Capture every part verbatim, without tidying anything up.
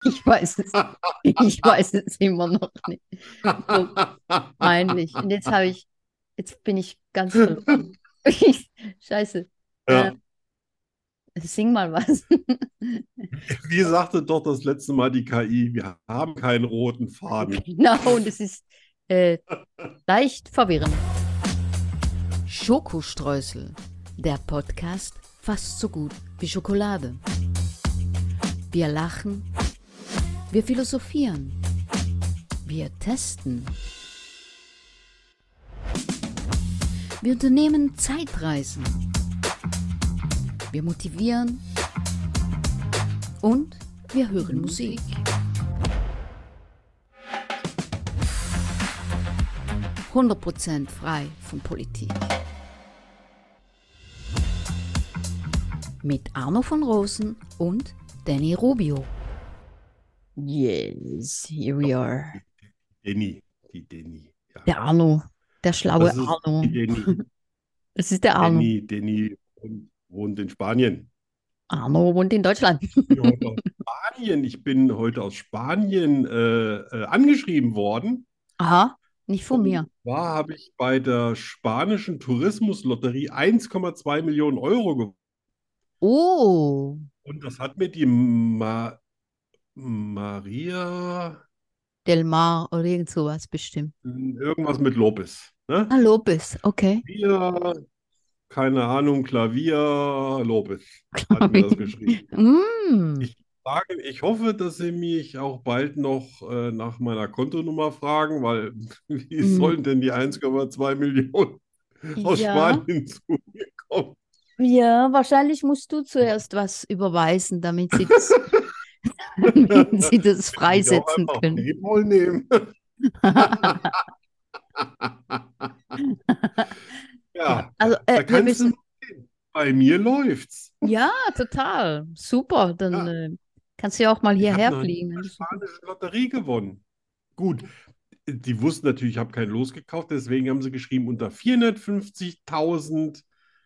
Ich weiß es. Ich weiß es immer noch nicht. So peinlich. Und jetzt habe ich, jetzt bin ich ganz verloren. Scheiße. Äh, Ja, sing mal was. wie sagte doch das letzte Mal die K I, wir haben keinen roten Faden. Genau, und es ist äh, leicht verwirrend. Schokostreusel, der Podcast fast so gut wie Schokolade. Wir lachen, wir philosophieren, wir testen. Wir unternehmen Zeitreisen. Wir motivieren und wir hören Musik. hundert Prozent frei von Politik. Mit Arno von Rosen und Danny Rubio. Yes, here we are. Denny, die Denny. Ja. Der Arno, der schlaue Das ist Arno. die Denny. Das ist der Arno. Denny, Denny wohnt wohnt in Spanien. Arno wohnt in Deutschland. Ich bin heute aus Spanien. Ich bin heute aus Spanien äh, äh, angeschrieben worden. Aha, nicht von Und mir. zwar habe ich bei der spanischen Tourismuslotterie eins Komma zwei Millionen Euro gewonnen. Oh, Und das hat mir die Ma Maria, Del Mar oder irgend sowas bestimmt. irgendwas mit Lopez, ne? Ah, Lopez, okay. Klavier, keine Ahnung, Klavier, Lopez hat mir das geschrieben. Mm, Ich frage, ich hoffe, dass Sie mich auch bald noch äh, nach meiner Kontonummer fragen, weil wie mm. sollen denn die eins Komma zwei Millionen aus Ja, Spanien zu mir kommen? ja, wahrscheinlich musst du zuerst was überweisen, damit sie das, damit sie das Kann ich auch freisetzen einfach können. PayPal nehmen? Ja, Ja, also äh, da wir kannst du müssen, sehen. Bei mir läuft's. ja, total, super. Dann Ja, äh, kannst du ja auch mal ich habe hierher noch nie fliegen, wenn eine du so willst. spanische Lotterie gewonnen. Gut, die wussten natürlich, ich habe kein Los gekauft, deswegen haben sie geschrieben, unter vierhundertfünfzigtausend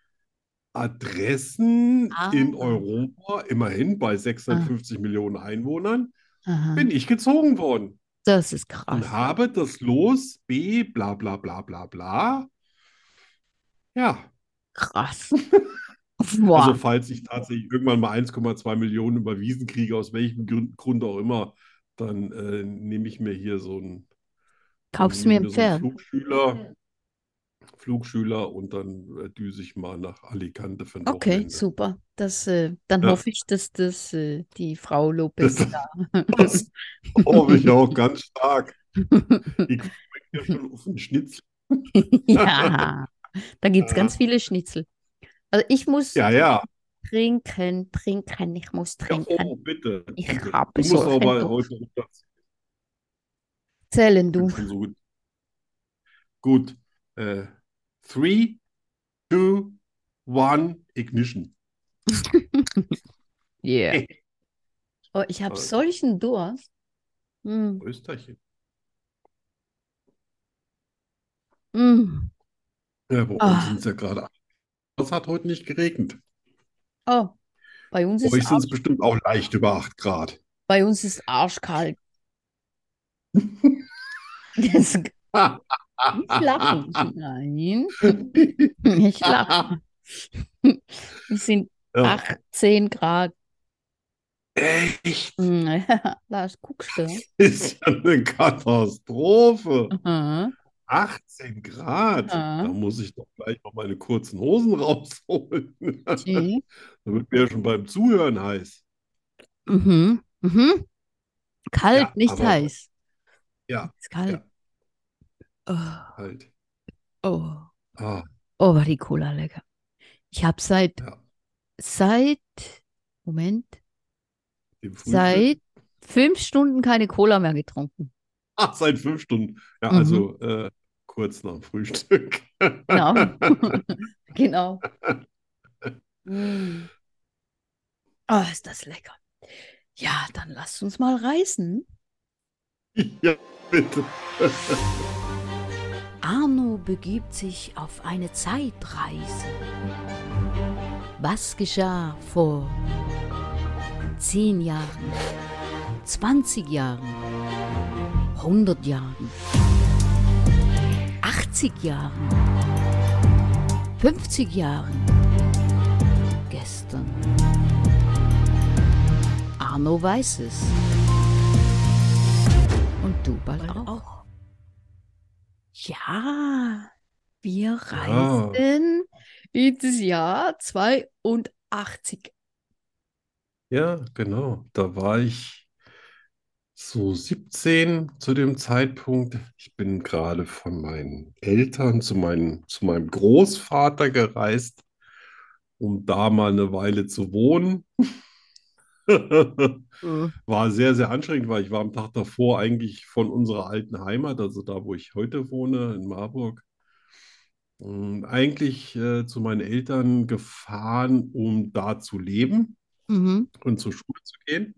Adressen Ah, in Europa, immerhin bei ah, sechshundertfünfzig Millionen Einwohnern, aha, bin ich gezogen worden das ist und krass. habe das Los B, bla bla bla bla bla. Ja, Krass. also Boah, falls ich tatsächlich irgendwann mal eins Komma zwei Millionen überwiesen kriege, aus welchem Grund, Grund auch immer, dann äh, nehme ich mir hier so einen, dann kaufst du nehme mir ich ein mir so einen Pferd? Flugschüler, Flugschüler und dann äh, düse ich mal nach Alicante für ein Okay, Wochenende. super. Das, äh, dann Ja, hoffe ich, dass das äh, die Frau das, Lopez da. das hoffe ich auch ganz stark. Ich freue mich ja schon auf den Schnitzel. Ja, da gibt es ganz viele Schnitzel. Also ich muss Ja, ja. trinken, trinken, ich muss Ja, trinken. oh, bitte, Ich bitte. habe Du musst solchen aber Durst. heute runter. Zählen Ich bin du. schon so gut. Gut. Äh, three, two, one, ignition. Yeah. Oh, ich habe Also, solchen Durst. Mm, Österchen. mm. Ja, bei uns sind Ah. es ja gerade. Es hat heute nicht geregnet. Oh, bei uns Bei ist euch sind es Arsch, bestimmt auch leicht über acht Grad. bei uns ist arschkalt. Das, nicht lachen. Nein, nicht lachen. Es sind Ja, achtzehn Grad. echt? Hm, ja, Lars, guckst du? Ist ja eine Katastrophe. Aha, achtzehn Grad. Da aha. muss ich doch gleich noch meine kurzen Hosen rausholen. Okay. Da wird mir ja schon beim Zuhören heiß. Mhm, mhm. Kalt, Ja, nicht aber heiß. ja, Ist kalt. ja, Oh, halt. oh, Ah, oh, war die Cola lecker. Ich habe seit, ja. seit, Moment, Im Frühstück? seit fünf Stunden keine Cola mehr getrunken. Ach, seit fünf Stunden. Ja, Mhm, also äh, kurz nach dem Frühstück. genau. Genau. Mm. Oh, ist das lecker. Ja, dann lasst uns mal reisen. Ja, bitte. Arno begibt sich auf eine Zeitreise. Was geschah vor zehn Jahren? zwanzig Jahren, hundert Jahren, achtzig Jahren, fünfzig Jahren, gestern. Arno weiß es. Und du bald auch. Ja, wir Ja, reisen ins Jahr zweiundachtzig. ja, genau. Da war ich so siebzehn zu dem Zeitpunkt. Ich bin gerade von meinen Eltern zu meinem, zu meinem Großvater gereist, um da mal eine Weile zu wohnen. Äh, War sehr, sehr anstrengend, weil ich war am Tag davor eigentlich von unserer alten Heimat, also da, wo ich heute wohne, in Marburg, ähm, eigentlich äh, zu meinen Eltern gefahren, um da zu leben Mhm. und zur Schule zu gehen.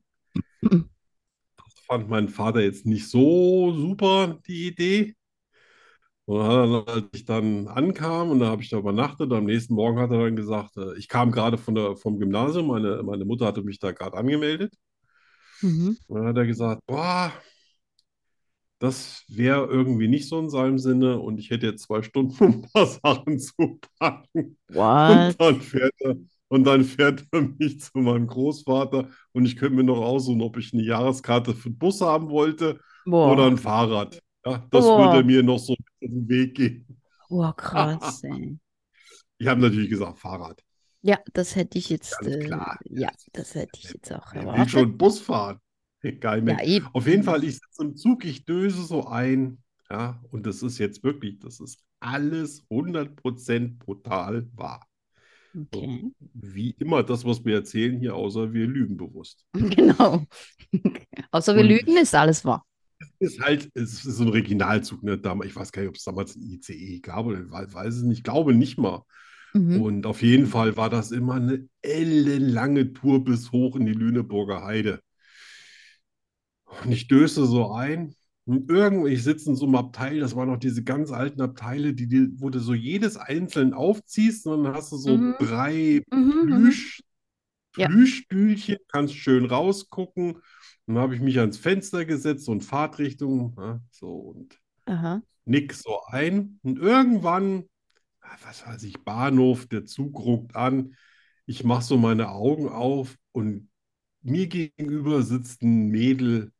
Fand mein Vater jetzt nicht so super, die Idee. Und dann, als ich dann ankam und da habe ich da übernachtet, am nächsten Morgen hat er dann gesagt, äh, ich kam gerade von der, vom Gymnasium, meine, meine Mutter hatte mich da gerade angemeldet. Mhm. Und dann hat er gesagt, boah, das wäre irgendwie nicht so in seinem Sinne und ich hätte jetzt zwei Stunden, um ein paar Sachen zu packen. Und What? dann fährt er, und dann fährt er mich zu meinem Großvater und ich könnte mir noch aussuchen, ob ich eine Jahreskarte für den Bus haben wollte oder Boah. ein Fahrrad. Ja, das würde er Boah. mir noch so auf den Weg gehen. Boah, krass, ey. Ich habe natürlich gesagt, Fahrrad. Ja, das hätte ich jetzt, Ganz äh, klar. Ja, ja, das hätte ich wer, jetzt auch wer will erwartet. schon Bus fahren? Kein Ja, Mensch. eben. Auf jeden Fall, ich sitze im Zug, ich döse so ein. Ja, und das ist jetzt wirklich, das ist alles hundert Prozent brutal wahr. So, Okay. wie immer das, was wir erzählen hier, außer wir lügen bewusst. Genau. Außer wir Und lügen, ist alles wahr. es ist halt, es ist so ein Regionalzug, ne? Damals, ich weiß gar nicht, ob es damals ein I C E gab oder ich weiß, weiß es nicht, ich glaube nicht mal. Mhm. Und auf jeden Fall war das immer eine ellenlange Tour bis hoch in die Lüneburger Heide. Und ich döse so ein. Und irgendwie, ich sitze in so einem Abteil, das waren noch diese ganz alten Abteile, die, die, wo du so jedes einzeln aufziehst und dann hast du so Mhm. drei Mhm. Mhm. Plüsch, Ja. Plüschstühlchen, kannst schön rausgucken. Dann habe ich mich ans Fenster gesetzt und Fahrtrichtung, ja, so und Aha. nick so ein. Und irgendwann, ah, was weiß ich, Bahnhof, der Zug ruckt an. Ich mache so meine Augen auf und mir gegenüber sitzt ein Mädel.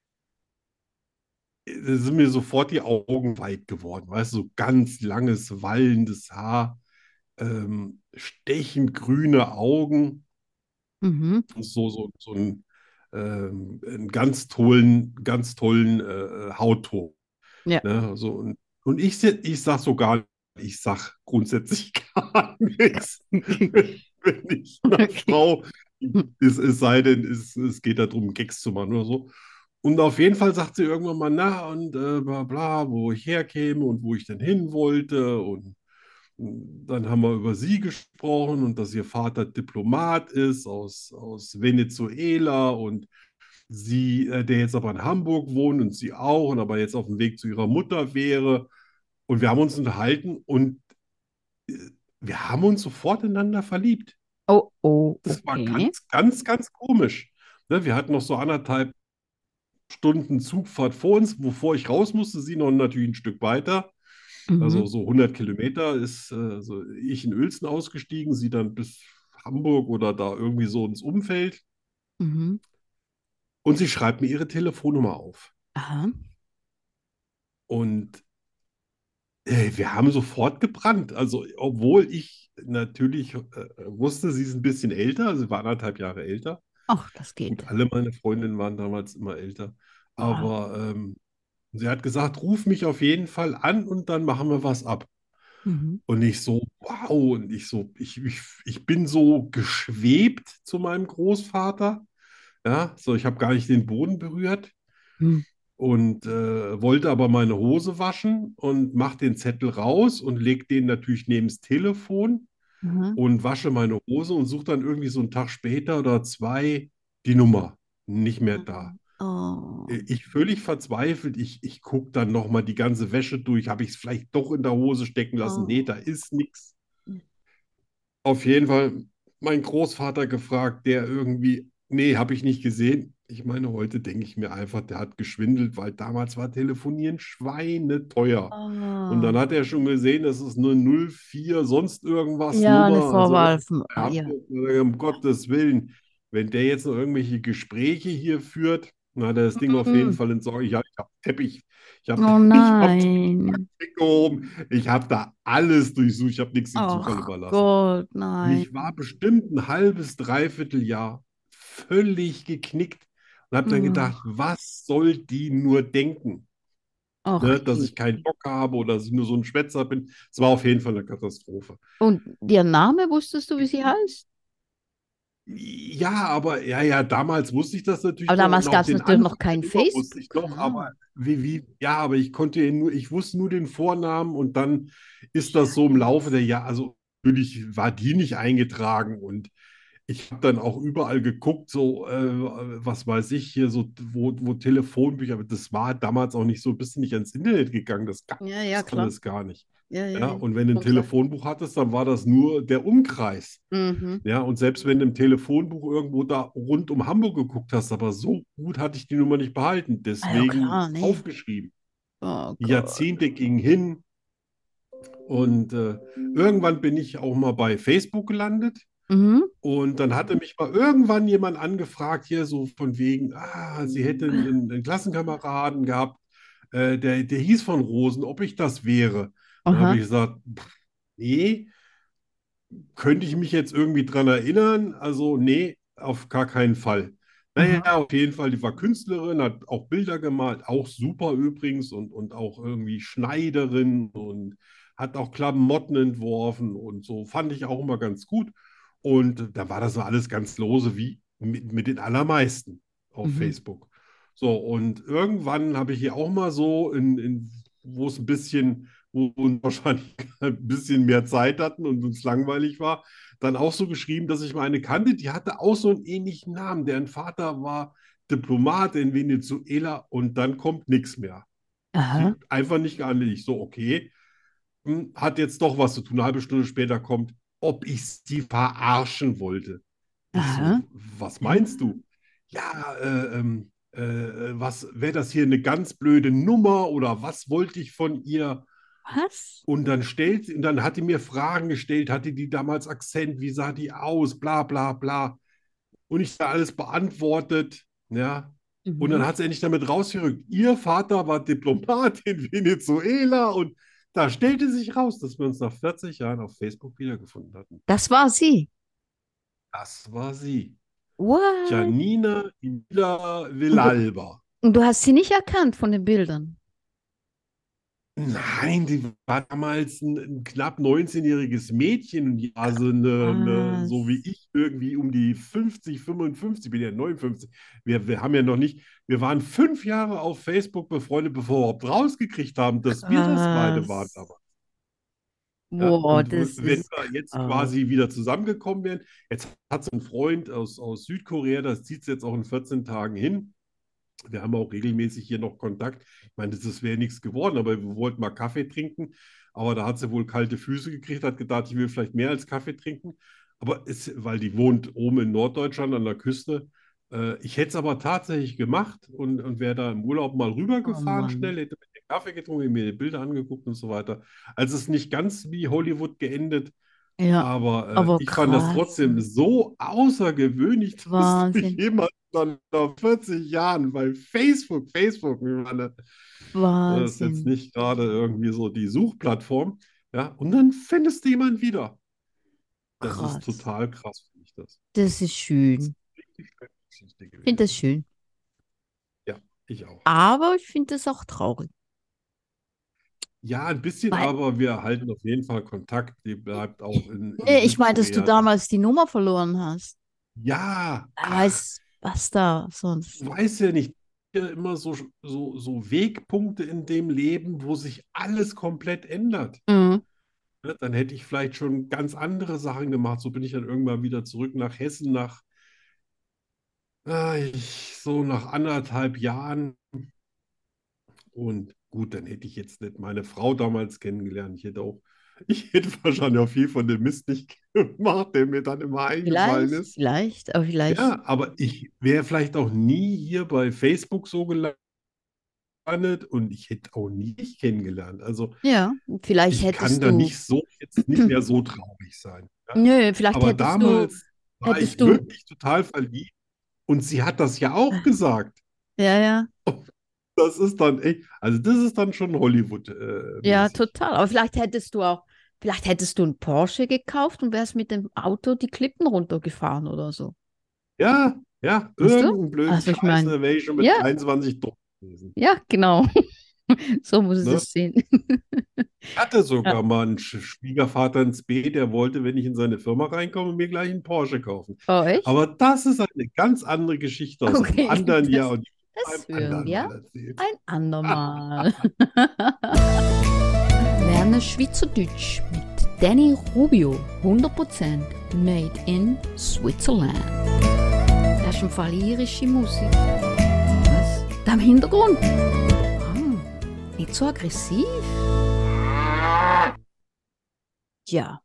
Da sind mir sofort die Augen weit geworden, weißt du, so ganz langes, wallendes Haar, ähm, stechend grüne Augen, Mhm. so, so, so ein, ähm, einen ganz tollen, ganz tollen äh, Hautton. Ja. Ne? So, und, und ich, se- ich sag so gar ich sag grundsätzlich gar nichts, wenn, wenn ich einer Okay. Frau, es, es sei denn, es, es geht darum, Gags zu machen oder so. Und auf jeden Fall sagt sie irgendwann mal, na und äh, bla bla, wo ich herkäme und wo ich denn hin wollte. Und dann haben wir über sie gesprochen und dass ihr Vater Diplomat ist aus, aus Venezuela und sie, äh, der jetzt aber in Hamburg wohnt und sie auch und aber jetzt auf dem Weg zu ihrer Mutter wäre. Und wir haben uns unterhalten und äh, wir haben uns sofort ineinander verliebt. Oh, oh, Das war okay. ganz, ganz, ganz komisch. Ne, wir hatten noch so anderthalb Stunden Zugfahrt vor uns, bevor ich raus musste, sie noch natürlich ein Stück weiter. Also Mhm. so hundert Kilometer ist äh, so ich in Uelzen ausgestiegen, sie dann bis Hamburg oder da irgendwie so ins Umfeld. Mhm. Und sie schreibt mir ihre Telefonnummer auf. Aha. Und äh, wir haben sofort gebrannt. Also, obwohl ich natürlich äh, wusste, sie ist ein bisschen älter, sie war anderthalb Jahre älter. Ach, das Gut, geht. alle meine Freundinnen waren damals immer älter. Ah. Aber ähm, sie hat gesagt, ruf mich auf jeden Fall an und dann machen wir was ab. Mhm. Und ich so, wow, und ich so, ich, ich, ich bin so geschwebt zu meinem Großvater. Ja, so, ich habe gar nicht den Boden berührt Mhm. und äh, wollte aber meine Hose waschen und mach den Zettel raus und leg den natürlich neben das Telefon Mhm. und wasche meine Hose und suche dann irgendwie so einen Tag später oder zwei die Nummer. Nicht mehr da. Mhm. Oh. Ich völlig verzweifelt, ich, ich gucke dann nochmal die ganze Wäsche durch, habe ich es vielleicht doch in der Hose stecken lassen? Nee, Oh. da ist nichts. Auf jeden Fall mein Großvater gefragt, der irgendwie, nee, habe ich nicht gesehen. Ich meine, heute denke ich mir einfach, der hat geschwindelt, weil damals war Telefonieren schweineteuer. Und Ah, dann hat er schon gesehen, das ist eine null vier sonst irgendwas ja, eine Nummer. Also Vorwahl von, er ah, hat, ja. um Gottes Willen, wenn der jetzt noch irgendwelche Gespräche hier führt, dann hat er das Ding auf jeden Mm. Fall entsorgt. Ich habe ich hab Teppich, ich habe Oh ich hab nein. weggehoben, ich habe da alles durchsucht, ich habe nichts dem Zufall Ach überlassen. Gott, Und ich war nein. bestimmt ein halbes, dreiviertel Jahr völlig geknickt und habe dann Mm. gedacht, was soll die nur denken? Ach Ne, dass je. ich keinen Bock habe oder dass ich nur so ein Schwätzer bin. Es war auf jeden Fall eine Katastrophe. Und ihr Name, wusstest du, wie sie heißt? Ja, aber ja, ja, damals wusste ich das Aber natürlich noch und damals auch gab es den natürlich Anfang noch der kein Nummer wusste Facebook. ich noch, Ah, aber wie, wie, ja, aber ich konnte ihn nur, ich wusste nur den Vornamen und dann ist das so im Laufe der Scheiße. Jahre, also natürlich war die nicht eingetragen und ich habe dann auch überall geguckt, so, äh, was weiß ich, hier so, wo, wo Telefonbücher, aber das war damals auch nicht so, bist du nicht ans Internet gegangen, das gab Ja, ja, es klar. alles gar nicht. Ja, ja, Ja, ja. und wenn du ein Schon klar. Telefonbuch hattest, dann war das nur der Umkreis. Mhm. Ja, und selbst wenn du im Telefonbuch irgendwo da rund um Hamburg geguckt hast, aber so gut hatte ich die Nummer nicht behalten, Ah, ja, deswegen klar, nee. aufgeschrieben. Oh Die Gott. Jahrzehnte gingen hin und äh, irgendwann bin ich auch mal bei Facebook gelandet. Mhm. Und dann hatte mich mal irgendwann jemand angefragt, hier so von wegen, ah, sie hätte einen, einen Klassenkameraden gehabt, äh, der, der hieß von Rosen, ob ich das wäre. Dann habe Aha. ich gesagt, pff, nee, könnte ich mich jetzt irgendwie dran erinnern? Also, nee, auf gar keinen Fall. Naja, Aha. auf jeden Fall, die war Künstlerin, hat auch Bilder gemalt, auch super übrigens und, und auch irgendwie Schneiderin und hat auch Klamotten entworfen und so, fand ich auch immer ganz gut. Und da war das so alles ganz lose wie mit, mit den allermeisten auf Mhm. Facebook. So, und irgendwann habe ich hier auch mal so, in, in, wo es ein bisschen, wo wir wahrscheinlich ein bisschen mehr Zeit hatten und uns langweilig war, dann auch so geschrieben, dass ich mal eine kannte, die hatte auch so einen ähnlichen Namen. Deren Vater war Diplomat in Venezuela und dann kommt nichts mehr. Aha. Sie einfach nicht geantwortet. Ich so, okay, hm, hat jetzt doch was zu tun. Eine halbe Stunde später kommt, ob ich sie verarschen wollte. Ich so, Aha. was Hä? meinst du? Ja, äh, ähm, äh, was wäre das hier eine ganz blöde Nummer oder was wollte ich von ihr? Was? Und dann stellt sie, und dann hat die mir Fragen gestellt, hatte die damals Akzent, wie sah die aus, bla bla bla. Und ich da alles beantwortet, ja. Und dann Mhm. hat sie endlich damit rausgerückt, ihr Vater war Diplomat in Venezuela und da stellte sich raus, dass wir uns nach vierzig Jahren auf Facebook wiedergefunden hatten. Das war sie. Das war sie. What? Janina Ila Und du, Villalba. und du hast sie nicht erkannt von den Bildern. Nein, die war damals ein, ein knapp neunzehn-jähriges Mädchen und die war so, eine, eine, so wie Was? ich irgendwie um die fünfzig, fünfundfünfzig, ich bin ja neunundfünfzig. Wir, wir haben ja noch nicht, wir waren fünf Jahre auf Facebook befreundet, bevor wir überhaupt rausgekriegt haben, dass wir das beide waren. Krass. Aber, ja, Boah, und w- das wenn ist wir jetzt krass. quasi wieder zusammengekommen wären, jetzt hat so ein Freund aus, aus Südkorea, das zieht es jetzt auch in vierzehn Tagen hin. Wir haben auch regelmäßig hier noch Kontakt. Ich meine, das wäre nichts geworden, aber wir wollten mal Kaffee trinken. Aber da hat sie wohl kalte Füße gekriegt, hat gedacht, ich will vielleicht mehr als Kaffee trinken. Aber es, weil die wohnt oben in Norddeutschland an der Küste. Äh, ich hätte es aber tatsächlich gemacht und, und wäre da im Urlaub mal Oh rübergefahren, schnell, Mann. hätte mir den Kaffee getrunken, mir die Bilder angeguckt und so weiter. Also es ist nicht ganz wie Hollywood geendet, Ja, aber äh, aber ich fand das krass. trotzdem so außergewöhnlich, dass mich Wahnsinn. jemand dann nach vierzig Jahren bei Facebook, Facebook, ich meine, das ist jetzt Wahnsinn. nicht gerade irgendwie so die Suchplattform, ja, und dann findest du jemanden wieder. Das ist Krass. total krass, finde ich das. Das ist Das ist schön. eine richtig schöne Geschichte Ich finde das gewesen. schön. Ja, ich auch. Aber ich finde das auch traurig. Ja, ein bisschen, Weil, aber wir halten auf jeden Fall Kontakt. Die bleibt auch in, in nee, ich meine, dass du Südkorea. Die, damals die Nummer verloren hast. ja, Wer ach, weiß, was da sonst. weiß ja nicht, ja immer so, so, so Wegpunkte in dem Leben, wo sich alles komplett ändert. Mhm. Ne, dann hätte ich vielleicht schon ganz andere Sachen gemacht. So bin ich dann irgendwann wieder zurück nach Hessen, nach ah, ich, so nach anderthalb Jahren. Und gut, dann hätte ich jetzt nicht meine Frau damals kennengelernt. Ich hätte auch Ich hätte wahrscheinlich auch viel von dem Mist nicht gemacht, der mir dann immer eingefallen Vielleicht, ist. vielleicht, aber vielleicht, Ja, aber ich wäre vielleicht auch nie hier bei Facebook so gelandet und ich hätte auch nie dich kennengelernt. Also ja, vielleicht ich kann hättest da du, nicht so jetzt nicht mehr so traurig sein. Ja? nö, vielleicht Aber hättest du, damals war hättest ich du, wirklich total verliebt und sie hat das ja auch gesagt. ja, ja, Das ist dann echt, also das ist dann schon ja, Hollywood-mäßig. total. Aber vielleicht hättest du auch, vielleicht hättest du einen Porsche gekauft und wärst mit dem Auto die Klippen runtergefahren oder so. Ja, ja, Weißt du? irgendeinen blöden Also ich Scheiß, meine, da wäre ich schon mit ja, dreiundzwanzig durch gewesen. ja, genau. So muss ich Ne? das sehen. Ich hatte Ja, sogar mal einen Sch- Schwiegervater ins B, der wollte, wenn ich in seine Firma reinkomme, mir gleich einen Porsche kaufen. oh, echt? Aber das ist eine ganz andere Geschichte aus einem Okay, anderen Jahr das, und die beim das hören anderen Mal wir erzählt. ein andermal. Lerne Schweizerdeutsch mit Danny Rubio. hundert Prozent made in Switzerland. Das ist im Fall irische Musik. Was? Da im Hintergrund? Ah, nicht so aggressiv. Ja.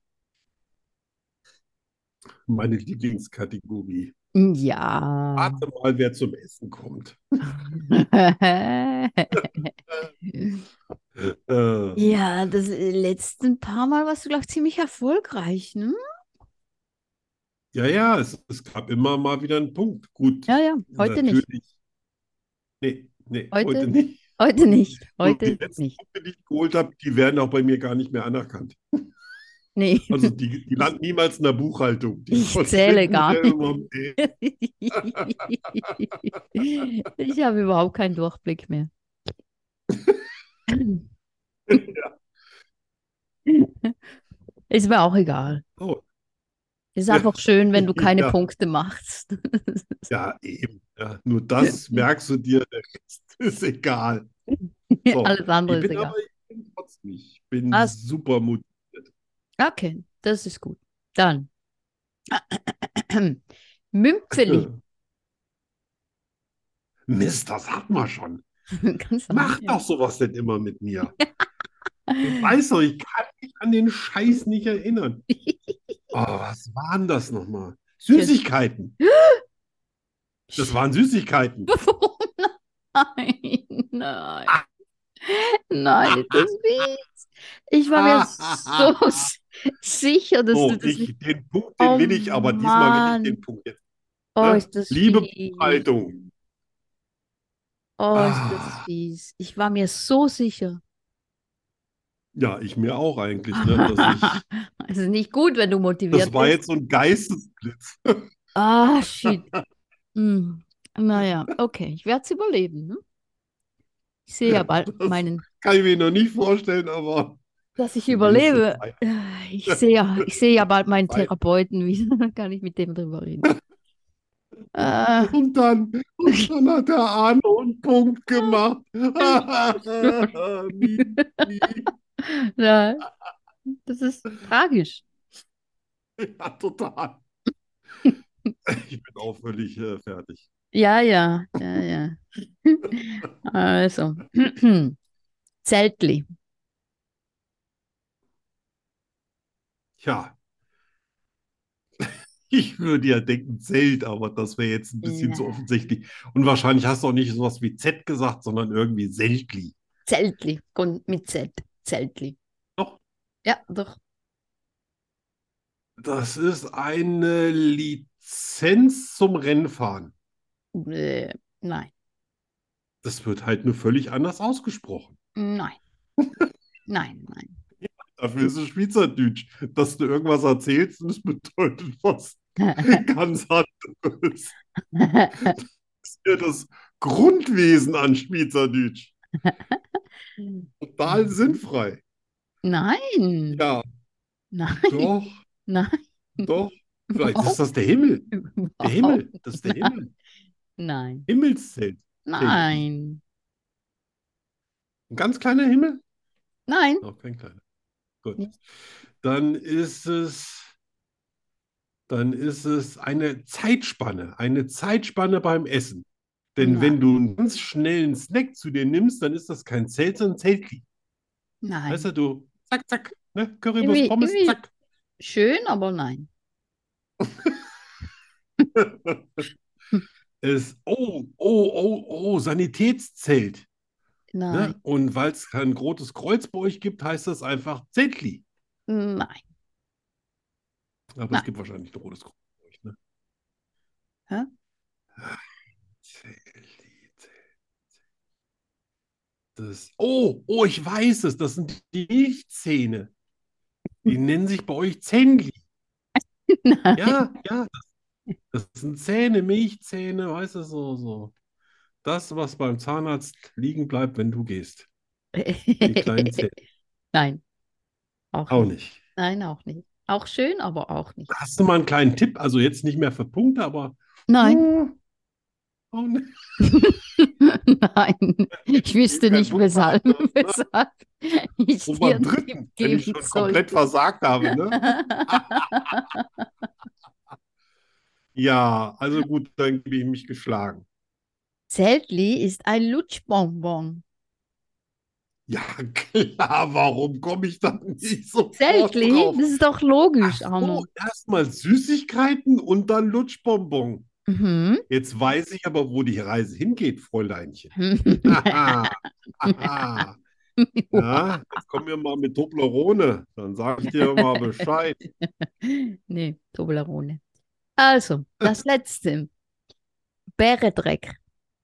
Meine Lieblingskategorie. Ja. Warte mal, wer zum Essen kommt. Äh, Ja, das äh, letzten paar Mal warst du, glaube ich, ziemlich erfolgreich, ne? ja, ja, es, es gab immer mal wieder einen Punkt. Gut, Ja, ja, heute nicht. natürlich. Nee, nee, heute Heute, nicht. heute Und nicht. so die Heute letzten nicht. Punkte, die ich geholt habe, die werden auch bei mir gar nicht mehr anerkannt. Nee, Also die, die ich, landen niemals in der Buchhaltung. Die ich zähle verschwinden gar nicht. immer mehr. Ich habe überhaupt keinen Durchblick mehr. Ist mir auch egal. Oh, Ist ja, einfach schön, wenn du keine ja, Punkte machst. ja, eben. Ja, nur das merkst du dir, der Rest ist egal. So, Alles andere ich ist bin aber egal. ich bin trotzdem, ich bin Was? super motiviert. Okay, das ist gut. Dann. Mümpfeli. Mist, das hat man schon. Ganz Mach alleine. doch sowas nicht immer mit mir. Du weißt doch, ich kann mich an den Scheiß nicht erinnern. Oh, was waren das nochmal? Tschüss. Süßigkeiten. Das waren Süßigkeiten. Nein, nein, nein, ist das fies. Ich war mir so s- sicher, dass du So, das nicht. ich, den Punkt, den Oh will ich, aber diesmal will ich den Mann. Punkt jetzt. Oh, Ne? ist das Liebe fies. Buchhaltung. Oh, ist das Ah, fies. Ich war mir so sicher. ja, ich mir auch eigentlich, ne, dass ich, Es ist nicht gut, wenn du das motiviert war bist. jetzt so ein Geistesblitz. Ah, shit. Hm. Naja, okay, ich werde es überleben. Ne? Ich sehe ja bald Das meinen, kann ich mir noch nicht vorstellen, aber dass ich du willst es überlebe. feiern. Äh, Ich sehe ja, ich sehe ja bald meinen Feiern. Therapeuten wieder. Dann kann ich mit dem drüber reden. Äh, Und dann, und dann hat der Arno einen Punkt gemacht. Mimi. ja, das ist tragisch. Ja, total. Ich bin auch völlig äh, fertig. Ja, ja, ja, ja. Also, Zeltli. Tja, ich würde ja denken Zelt, aber das wäre jetzt ein bisschen zu Ja. offensichtlich. Und wahrscheinlich hast du auch nicht sowas wie Z gesagt, sondern irgendwie Seltli. Zeltli, Kon- mit Z. Zeltli. Doch, Ja, doch. das ist eine Lizenz zum Rennfahren. Äh, nein, Das wird halt nur völlig anders ausgesprochen. nein, nein, Dafür ist es Schweizerdeutsch. Dass du irgendwas erzählst, das bedeutet was nein. ganz anderes. Das ist ja das Grundwesen an Schweizerdeutsch. Total sinnfrei. Nein, Ja, nein, doch, nein, doch. Vielleicht ist überhaupt, das der Himmel. Der überhaupt, Himmel, das ist der nein, Himmel. nein, Himmelszelt. Zeltli. nein, Ein ganz kleiner Himmel? nein. Auch kein kleiner. Gut. Dann ist es, dann ist es eine Zeitspanne. Eine Zeitspanne beim Essen. Denn Nein, wenn du einen ganz schnellen Snack zu dir nimmst, dann ist das kein Zelt, sondern Zeltli. Weißt nein, du, du, zack, zack. Ne? Currywurst, Irgendwie, Pommes, irgendwie zack. schön, aber nein. Es, oh, oh, oh, oh, Sanitätszelt. Nein, Ne? Und weil es kein rotes Kreuz bei euch gibt, heißt das einfach Zeltli. nein, Aber es nein. gibt wahrscheinlich ein rotes Kreuz bei euch, ne? Hä? Zeltli, Zelt- das. Oh, oh, ich weiß es. Das sind die Milchzähne. Die nennen sich bei euch Zähnli. Nein. Ja, ja, das sind Zähne, Milchzähne, weißt du, so, so. Das, was beim Zahnarzt liegen bleibt, wenn du gehst. Die kleinen Zähne. Nein, auch Auch nicht. nicht. Nein, auch nicht. Auch schön, aber auch nicht. Hast du mal einen kleinen Tipp? Also jetzt nicht mehr für Punkte, aber Nein. hm, auch nicht. Nein, ich wüsste Kein nicht, Punkt weshalb, verhalten, ne? weshalb ich So dir beim einen Tipp dritten, wenn ich geben schon komplett sollte. versagt habe, ne? Ja, also gut, dann gebe ich mich geschlagen. Zeltli ist ein Lutschbonbon. Ja, klar, warum komme ich da nicht sofort Zeltli, drauf? das ist doch Ach logisch, so, Arno. erstmal Süßigkeiten und dann Lutschbonbon. Mhm. Jetzt weiß ich aber, wo die Reise hingeht, Fräuleinchen. Haha, haha. Ja, jetzt kommen wir mal mit Toblerone. Dann sage ich dir mal Bescheid. Nee, Toblerone. Also, das letzte. Bäredreck.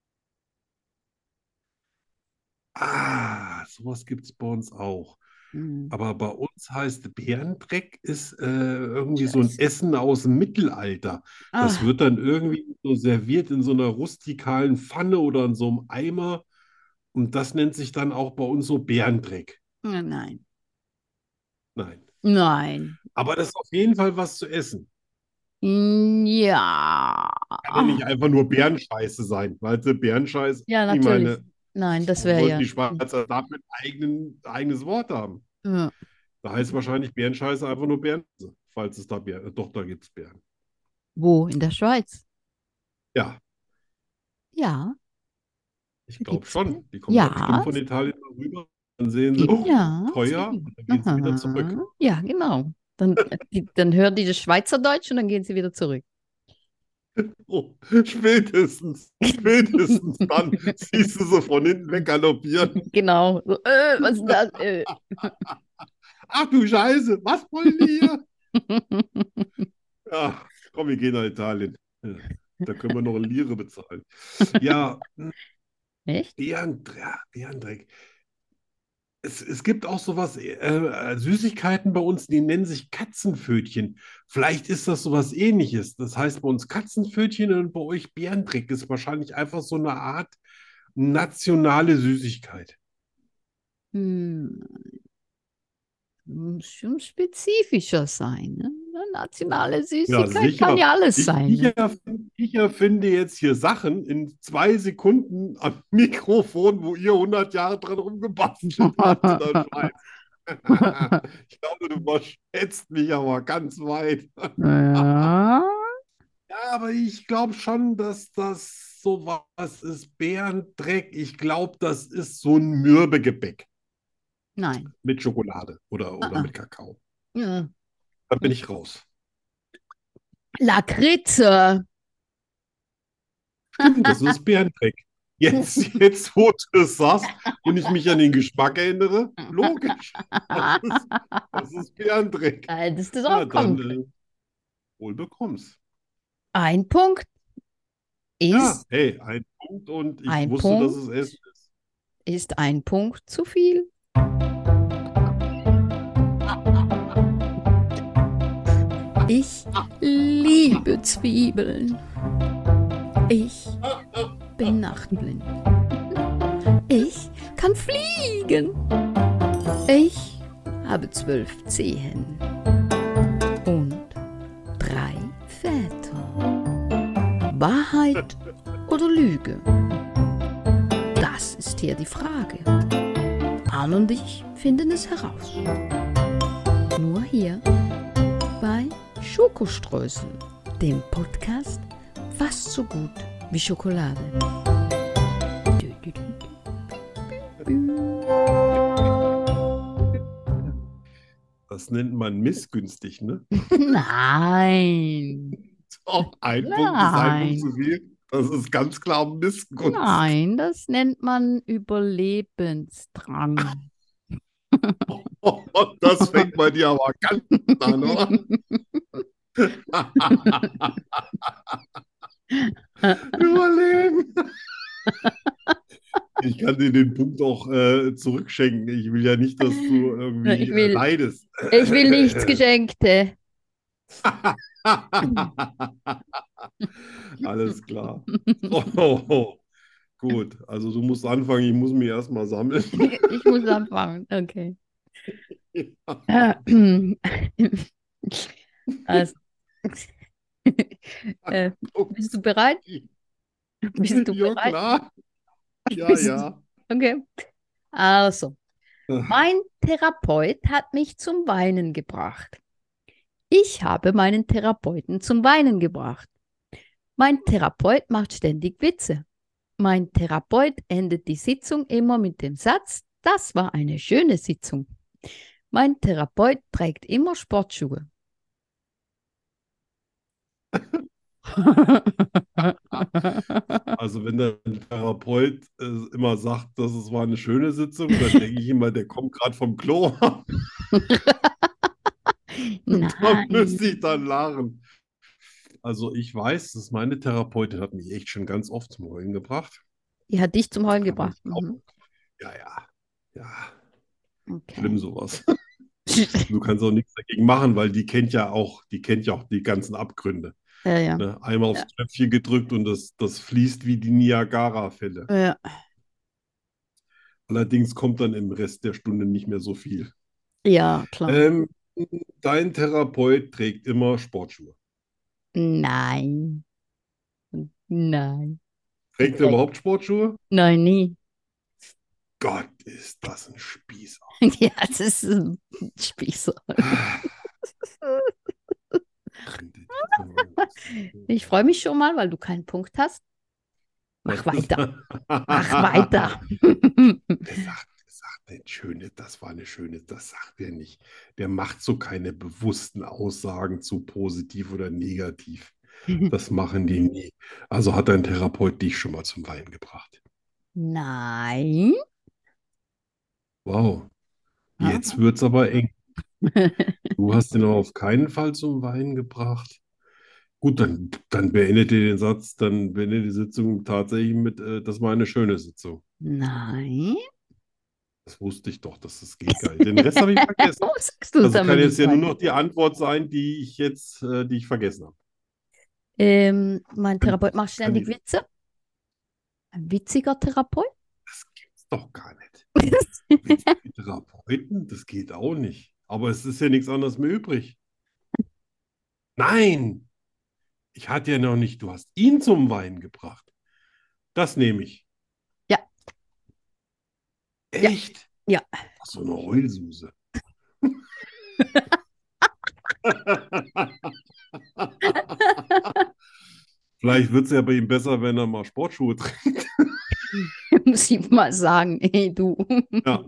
Ah, sowas gibt es bei uns auch. Hm. Aber bei uns heißt Bärendreck ist äh, irgendwie so ein Scheiße. Essen aus dem Mittelalter. Das Ah, wird dann irgendwie so serviert in so einer rustikalen Pfanne oder in so einem Eimer. Und das nennt sich dann auch bei uns so Bärendreck. nein. Nein. Nein. Aber das ist auf jeden Fall was zu essen. Ja. Kann ja nicht einfach nur Bärenscheiße sein. Weißt du, Bärenscheiße, Ja, ich natürlich. meine, Nein, das warum wäre sollten ja. die Schweizer dafür ein eigenen, eigenes Wort haben? Ja. Da heißt wahrscheinlich Bärenscheiße einfach nur Bärenscheiße, falls es da Bären, doch, da gibt es Bären. Wo? In der Schweiz? Ja, Ja, ich da glaube gibt's Bier. schon. Die kommen da bestimmt Ja, von Italien mal rüber. Dann sehen sie, gibt, oh, ja, es teuer, gibt. und dann gehen sie wieder zurück. Aha. Ja, genau. Dann, äh, die, dann hören die das Schweizerdeutsch und dann gehen sie wieder zurück. Oh, spätestens, spätestens dann siehst du sie von hinten weggaloppieren. Genau. So, äh, was ist das? Äh. Ach du Scheiße, was wollen die hier? Ja, komm, wir gehen nach Italien. Ja, da können wir noch eine Lire bezahlen. Ja, Echt? Bärendreck. Ja, Bärendreck. Es, es gibt auch sowas, äh, Süßigkeiten bei uns, die nennen sich Katzenpfötchen. Vielleicht ist das sowas Ähnliches. Das heißt bei uns Katzenpfötchen und bei euch Bärendreck ist wahrscheinlich einfach so eine Art nationale Süßigkeit. Hm, muss schon spezifischer sein. Ne? Eine nationale Ja, Süßigkeit kann sicher. ja alles Ich, sein. ich, Ne? erf- ich erfinde jetzt hier Sachen in zwei Sekunden am Mikrofon, wo ihr hundert Jahre dran rumgebastelt habt in der Schweiz. Ich glaube, du überschätzt mich aber ganz weit. Ja, Ja, aber ich glaube schon, dass das sowas ist. Bärendreck. Ich glaube, das ist so ein Mürbegebäck nein. mit Schokolade oder, Ah, oder ah. mit Kakao. Ja. Da bin ich raus. Lakritze. Stimmt, das ist Bärendreck. Jetzt, jetzt, wo du es sagst und ich mich an den Geschmack erinnere, logisch. Das ist, das ist Bärendreck. Da hättest du Ja, drauf kommen dann können. äh, wohl bekomm's. Ein Punkt Ja, ist, hey, ein Punkt und ich ein wusste, dass Punkt es Essen ist. ist ein Punkt zu viel. Ich liebe Zwiebeln. Ich bin nachtblind. Ich kann fliegen. Ich habe zwölf Zehen und drei Väter. Wahrheit oder Lüge? Das ist hier die Frage. Arne und ich finden es heraus. Nur hier bei Schokoströßen, dem Podcast fast so gut wie Schokolade. Das nennt man missgünstig, ne? Nein, So, ein Punkt ist ein Punkt nein, zu viel. Das ist ganz klar Missgunst. nein, das nennt man Überlebensdrang. Das fängt bei dir aber ganz an, oder? Überleben. Ich kann dir den Punkt auch äh, zurückschenken. Ich will ja nicht, dass du Ich irgendwie äh, will, leidest. ich will nichts Geschenkte. Alles klar. Oh, gut, also du musst anfangen, ich muss mich erstmal sammeln. Ich muss anfangen. Okay. Also, äh, bist du bereit? Bist du Ja, bereit? klar. Ja, Bist, ja. okay. Also, mein Therapeut hat mich zum Weinen gebracht. Ich habe meinen Therapeuten zum Weinen gebracht. Mein Therapeut macht ständig Witze. Mein Therapeut endet die Sitzung immer mit dem Satz, das war eine schöne Sitzung. Mein Therapeut trägt immer Sportschuhe. Also wenn der Therapeut äh, immer sagt, das ist- war eine schöne Sitzung, dann denke ich immer, der kommt gerade vom Klo. Da Nein. müsste ich dann lachen. Also ich weiß, dass meine Therapeutin hat mich echt schon ganz oft zum Heulen gebracht. Die hat dich zum Heulen Aber gebracht. ich glaube, Mhm. ja, ja, ja, schlimm Okay. sowas. Du kannst auch nichts dagegen machen, weil die kennt ja auch, die kennt ja auch die ganzen Abgründe. Ja, ja. Ne? Einmal aufs Ja, Knöpfchen gedrückt und das, das fließt wie die Niagara-Fälle. ja. Allerdings kommt dann im Rest der Stunde nicht mehr so viel. Ja, klar. Ähm, Dein Therapeut trägt immer Sportschuhe. Nein. Nein. Trägt er überhaupt Sportschuhe? Nein, nie. Gott, ist das ein Spießer. Ja, das ist ein Spießer. Könnte dieser Mann das tun? Ich freue mich schon mal, weil du keinen Punkt hast. Was Mach ist weiter. das? Mach weiter. Der sagt, der sagt nicht schöne, das war eine schöne, das sagt er nicht. Der macht so keine bewussten Aussagen zu positiv oder negativ. Das machen die nie. Also hat dein Therapeut dich schon mal zum Weinen gebracht. Nein. Wow, jetzt Aha. wird's aber eng. Du hast ihn aber auf keinen Fall zum Weinen gebracht. Gut, dann, dann beendet ihr den Satz, dann beendet die Sitzung tatsächlich mit, äh, das war eine schöne Sitzung. Nein. Das wusste ich doch, dass das geht gar nicht. Den Rest habe ich vergessen. Warum sagst du es Also aber kann jetzt nicht ja nur weiter? noch die Antwort sein, die ich jetzt, äh, die ich vergessen habe. Ähm, mein Kann, Therapeut macht kann ständig die, Witze. Ein witziger Therapeut? das gibt's doch gar nicht. Witzige Therapeuten, das geht auch nicht. Aber es ist ja nichts anderes mehr übrig. Nein, ich hatte ja noch nicht, du hast ihn zum Weinen gebracht. Das nehme ich. Ja, ja, Echt? ja. Ach, so eine Heulsuse. Vielleicht wird es ja bei ihm besser, wenn er mal Sportschuhe trägt. Muss ich mal sagen, hey du. Ja,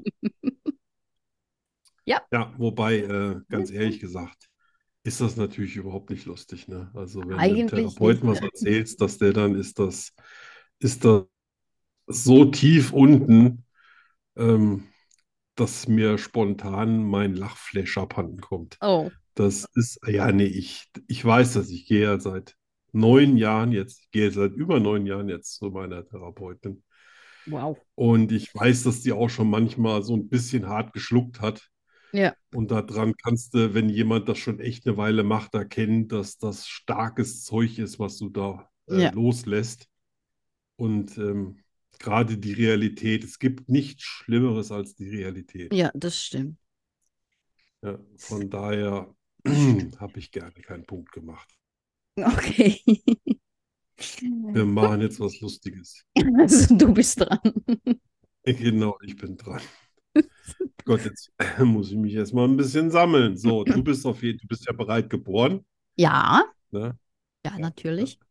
Ja. ja, wobei, äh, ganz ehrlich gesagt, ist das natürlich überhaupt nicht lustig, ne? Also wenn du einem Eigentlich nicht. Therapeuten was erzählst, dass der dann ist das, ist das so tief unten, ähm, dass mir spontan mein Lachflash abhanden kommt. Oh, Das ist, ja, nee, ich, ich weiß das, ich gehe ja seit neun Jahren jetzt, ich gehe seit über neun Jahren jetzt zu meiner Therapeutin. wow. Und ich weiß, dass die auch schon manchmal so ein bisschen hart geschluckt hat. Ja, Und daran kannst du, wenn jemand das schon echt eine Weile macht, erkennen, dass das starkes Zeug ist, was du da äh, ja, loslässt. Und ähm, gerade die Realität, es gibt nichts Schlimmeres als die Realität. ja, das stimmt. Ja, von daher habe ich gerne keinen Punkt gemacht. Okay. Wir machen jetzt was Lustiges. Also du bist dran. Genau, ich bin dran. Gott, jetzt muss ich mich erstmal ein bisschen sammeln. So, du bist auf jeden, du bist ja bereit geboren, Ja, ne? ja, Ja, ja. natürlich.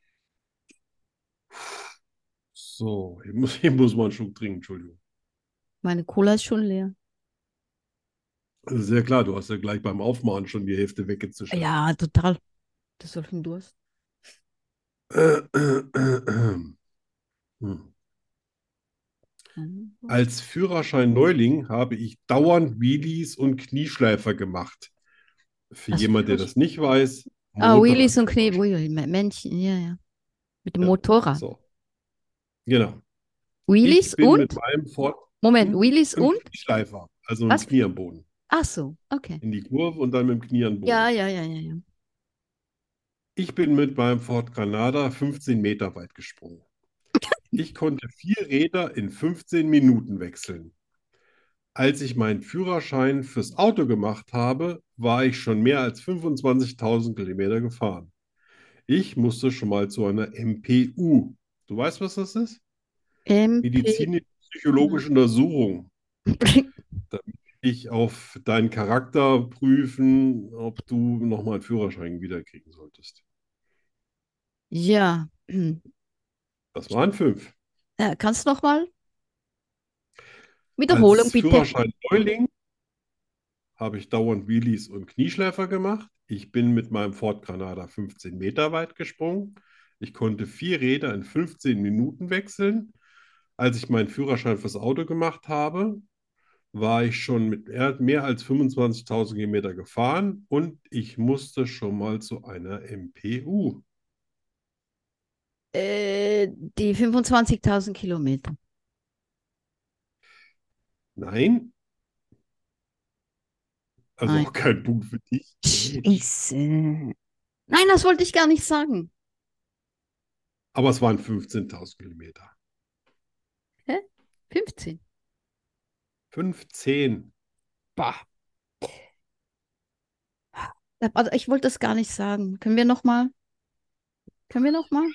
So, ich muss, ich muss mal einen Schluck trinken, Entschuldigung. Meine Cola ist schon leer. Das ist ja klar, du hast ja gleich beim Aufmachen schon die Hälfte weggezischert. Ja, total. Das ist solchen Durst. Äh, äh, äh, äh. Hm. Mhm. Als Führerschein-Neuling habe ich dauernd Wheelies und Knieschleifer gemacht. Für Was jemand, der für... das nicht weiß, Ah, Wheelies und Knie, Motorradführerschein. Wheelie, Männchen, ja, ja. Mit dem Ja, Motorrad. so, genau. Wheelies Ich bin und? mit meinem Ford Moment, und, Wheelies und und? Knieschleifer, also mit dem Was? Knie am Boden. Ach so, okay. In die Kurve und dann mit dem Knie am Ja, Boden. ja, ja, ja, ja. Ich bin mit meinem Ford Granada fünfzehn Meter weit gesprungen. Ich konnte vier Räder in fünfzehn Minuten wechseln. Als ich meinen Führerschein fürs Auto gemacht habe, war ich schon mehr als fünfundzwanzigtausend Kilometer gefahren. Ich musste schon mal zu einer M P U. Du weißt, was das ist? M P. Medizinisch-psychologische Untersuchung. Damit ich auf deinen Charakter prüfen, ob du nochmal einen Führerschein wiederkriegen solltest. Ja. Das waren fünf. Äh, kannst du noch mal? Wiederholung Als bitte. Führerschein-Neuling habe ich dauernd Wheelies und Knieschleifer gemacht. Ich bin mit meinem Ford Granada fünfzehn Meter weit gesprungen. Ich konnte vier Räder in fünfzehn Minuten wechseln. Als ich meinen Führerschein fürs Auto gemacht habe, war ich schon mit mehr, mehr als fünfundzwanzigtausend Kilometer gefahren und ich musste schon mal zu einer M P U. Äh, die fünfundzwanzigtausend Kilometer. Nein, also Nein. auch kein Punkt für dich. Mensch. Scheiße. Nein, das wollte ich gar nicht sagen. Aber es waren fünfzehntausend Kilometer. Hä? fünfzehn. fünfzehn. Bah. Also ich wollte das gar nicht sagen. Können wir noch mal? Können wir noch mal?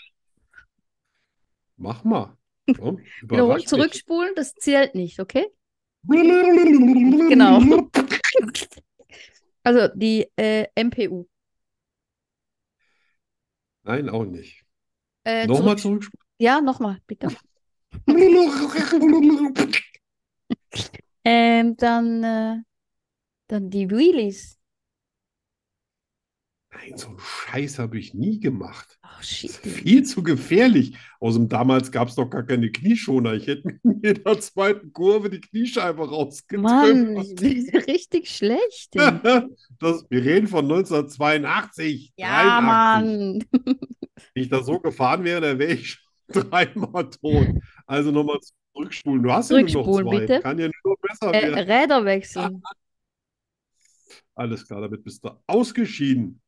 Mach mal. Komm, Wiederholen, überrasch mich. zurückspulen, das zählt nicht, okay? Genau. Also die äh, M P U. Nein, auch nicht. Äh, zurück. Nochmal zurück. Ja, nochmal, bitte. Ähm, dann, äh, dann die Wheelies. Nein, so einen Scheiß habe ich nie gemacht. Oh, Das shit. ist viel zu gefährlich. Außerdem damals gab es doch gar keine Knieschoner. Ich hätte mir in jeder zweiten Kurve die Kniescheibe Mann, rausgetrümmert. ich bin richtig schlecht. Ey. Das, wir reden von neunzehnhundertzweiundachtzig, Ja, dreiundachtzig. Mann. Wenn ich da so gefahren wäre, dann wäre ich schon dreimal tot. Also nochmal zurückspulen. Du hast ja nur noch Zurückspulen, zwei. bitte. Kann ja nur besser Äh, werden. Räder wechseln. Alles klar, damit bist du ausgeschieden.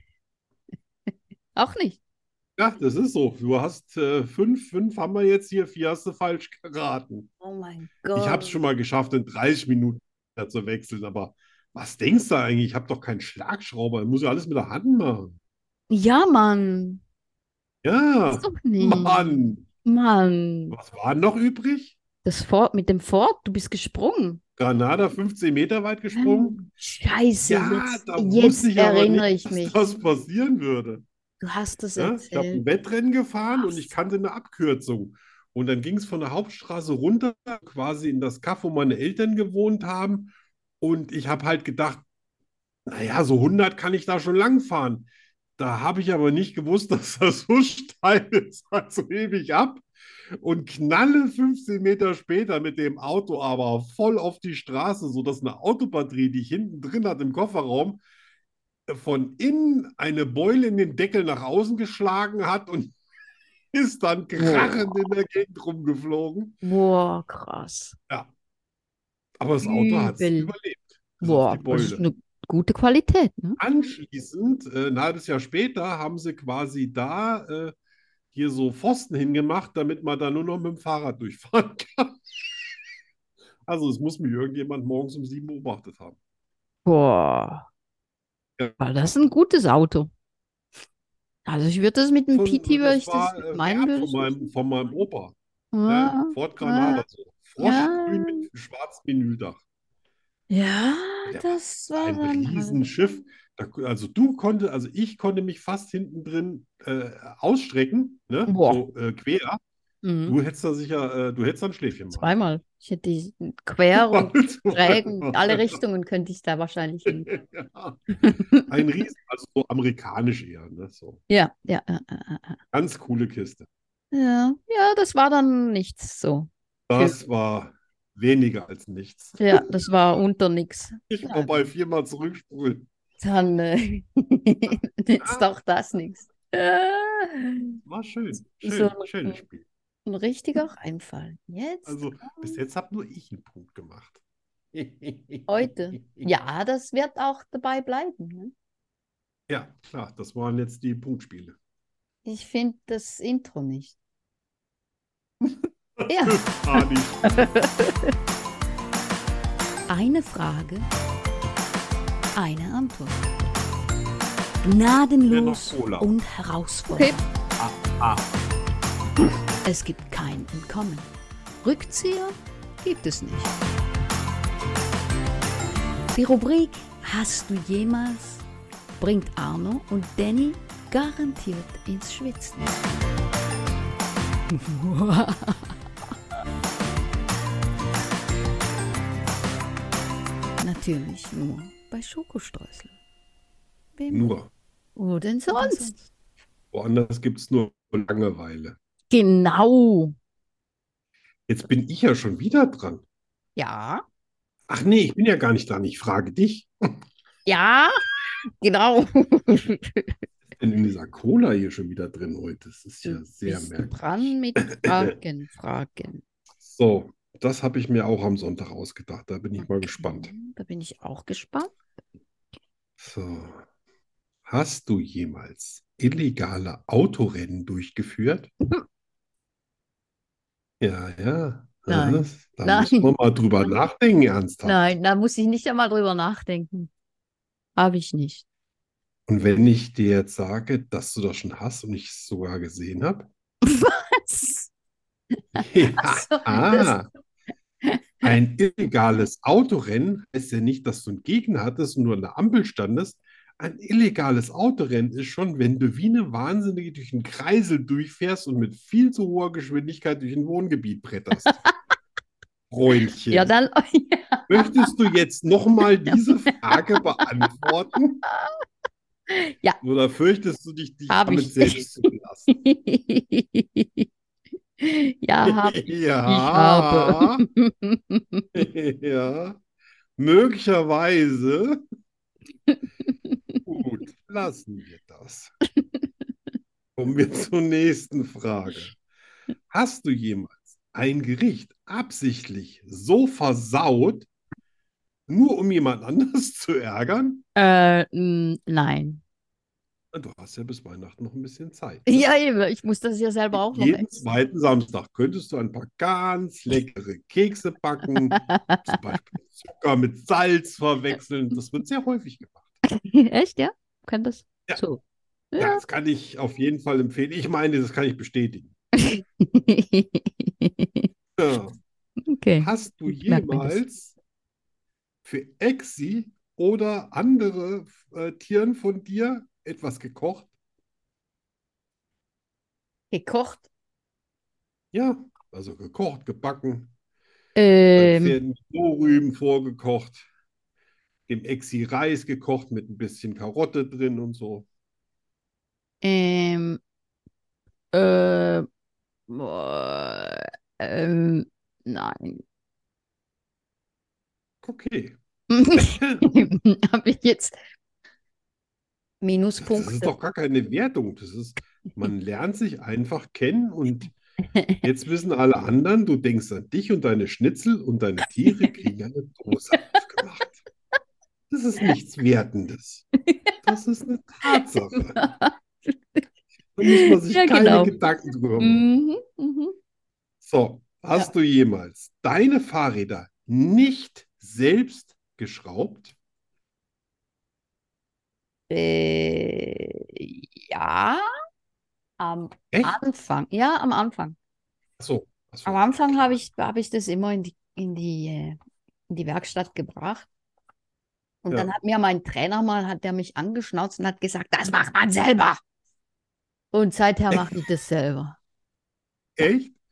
Auch nicht. Ja, das ist so. Du hast äh, fünf, fünf haben wir jetzt hier, vier hast du falsch geraten. Oh mein Ich habe es Gott. schon mal geschafft, in dreißig Minuten zu wechseln, aber was denkst du eigentlich? Ich habe doch keinen Schlagschrauber. Ich muss ja alles mit der Hand machen. Ja, Mann. Ist Ja, doch nicht. Mann. Mann. Was war noch übrig? Das Fort mit dem Fort, du bist gesprungen. Granada fünfzehn Meter weit gesprungen? Hm, Scheiße, Ja, jetzt, da wusste jetzt ich aber nicht, erinnere ich dass mich. das passieren würde. Du hast es Ja, ich habe erzählt. ein Wettrennen gefahren und ich Was? kannte eine Abkürzung. Und dann ging es von der Hauptstraße runter, quasi in das Kaff, wo meine Eltern gewohnt haben. Und ich habe halt gedacht, naja, so hundert kann ich da schon lang fahren. Da habe ich aber nicht gewusst, dass das so steil ist, also ewig ab. Und knalle fünfzehn Meter später mit dem Auto aber voll auf die Straße, sodass eine Autobatterie, die ich hinten drin hatte im Kofferraum, von innen eine Beule in den Deckel nach außen geschlagen hat und ist dann krachend Boah, in der Gegend rumgeflogen. boah, krass. Ja, aber das Auto hat es Übel. überlebt, bis auf die Boah, das ist Beule. eine gute Qualität, ne? Anschließend, äh, ein halbes Jahr später, haben sie quasi da äh, hier so Pfosten hingemacht, damit man da nur noch mit dem Fahrrad durchfahren kann. Also es muss mich irgendjemand morgens um sieben beobachtet haben. Boah, Ja, war das ein gutes Auto? Also ich würde das mit dem von, P T, würde das ich das war äh, meinen, vererbt würde von ich nicht. meinem, von meinem Opa. Ja, Ja, Ford ja, Granada, so Froschgrün ja, mit schwarzem Vinyldach. ja, Der war das war ein dann halt. Riesenschiff. Da, also du konnte, also ich konnte mich fast hinten drin äh, ausstrecken, ne? Boah, So äh, quer. Mhm. Du hättest da sicher, äh, du hättest da ein Schläfchen malen können. Zweimal. Ich hätte die quer und schräg und alle Also, Richtungen könnte ich da wahrscheinlich hin. ja. Ein Riesen, also so amerikanisch eher, ne? So. Ja, ja, ja, ja, ja. Ganz coole Kiste. Ja, ja, das war dann nichts so. Für, Das war weniger als nichts. ja, das war unter nix. Ich Ja, vorbei viermal zurückspulen. dann äh, ist Ah, doch das nichts. Äh, war schön. so Schön. Schönes ein, Spiel. ein richtiger Reinfall. Jetzt, Also bis jetzt habe nur ich einen Punkt gemacht. heute. Ja, das wird auch dabei bleiben. Ne? Ja, klar, das waren jetzt die Punktspiele. Ich finde das Intro nicht. Ja. Das war nicht. Eine Frage, eine Antwort. Gnadenlos Mir noch Cola. und herausfordernd. Ah, Es gibt kein Entkommen. Rückzieher gibt es nicht. Die Rubrik Hast du jemals bringt Arno und Danny garantiert ins Schwitzen. Natürlich nur bei Schokostreusel. Wem nur. Wo denn sonst? Woanders gibt es nur Langeweile. Genau. Jetzt bin ich ja schon wieder dran. Ja. Ach nee, ich bin ja gar nicht dran. Ich frage dich. Ja, genau. Denn in dieser Cola hier schon wieder drin heute. Das ist ja Du sehr bist merkwürdig. dran mit Fragen, Fragen. So, das habe ich mir auch am Sonntag ausgedacht. Da bin ich mal Okay, gespannt. da bin ich auch gespannt. So, hast du jemals illegale Autorennen durchgeführt? Ja, ja. Nein. Aha, da muss man Nein, mal drüber nachdenken, ernsthaft. nein, da muss ich nicht einmal drüber nachdenken. Habe ich nicht. Und wenn ich dir jetzt sage, dass du das schon hast und ich es sogar gesehen habe? Was? Ja, Ach so, das, ah, ein illegales Autorennen heißt ja nicht, dass du einen Gegner hattest und nur an der Ampel standest. Ein illegales Autorennen ist schon, wenn du wie eine Wahnsinnige durch einen Kreisel durchfährst und mit viel zu hoher Geschwindigkeit durch ein Wohngebiet bretterst. ja, Freundchen, dann, ja. möchtest du jetzt nochmal diese Frage beantworten? Ja, Oder fürchtest du dich, dich habe damit ich. selbst zu belasten? Ja, habe ich. Ich habe. Ja, ja, möglicherweise. Gut, lassen wir das. Kommen wir zur nächsten Frage. Hast du jemals ein Gericht absichtlich so versaut, nur um jemand anders zu ärgern? Äh, m, nein. Du hast ja bis Weihnachten noch ein bisschen Zeit, ne? Ja, eben, ich muss das ja selber auch noch Jeden essen. zweiten Samstag könntest du ein paar ganz leckere Kekse backen, zum Beispiel Zucker mit Salz verwechseln. Das wird sehr häufig gemacht. Echt, ja? Kann das Ja, so? ja, Ja. das kann ich auf jeden Fall empfehlen. Ich meine, das kann ich bestätigen. Ja. Okay, Hast du ich merke mir das. jemals für Exi oder andere äh, Tieren von dir etwas gekocht? Gekocht? Ja, also gekocht, gebacken, deinen Ähm, Pferden Strohrüben vorgekocht, dem Exi Reis gekocht mit ein bisschen Karotte drin und so. ähm, äh, boah, ähm, nein. Okay. Habe ich jetzt Das ist Minuspunkte? doch gar keine Wertung. Das ist, man lernt sich einfach kennen und jetzt wissen alle anderen, du denkst an dich und deine Schnitzel und deine Tiere kriegen eine Dose aufgemacht. Das ist nichts Wertendes. Das ist eine Tatsache. Da muss man sich Ja, keine genau. Gedanken drüber machen. Mhm, mhm. So, hast Ja. du jemals deine Fahrräder nicht selbst geschraubt? Äh, ja, am Echt? Anfang. Ja, am Anfang. Ach so, ach Am so, ja Anfang habe klar. ich, habe ich das immer in die, in die, äh, in die Werkstatt gebracht. Und dann Ja, hat mir mein Trainer mal, hat der mich angeschnauzt und hat gesagt, das macht man selber. Und seither mache ich das selber. Ja. echt?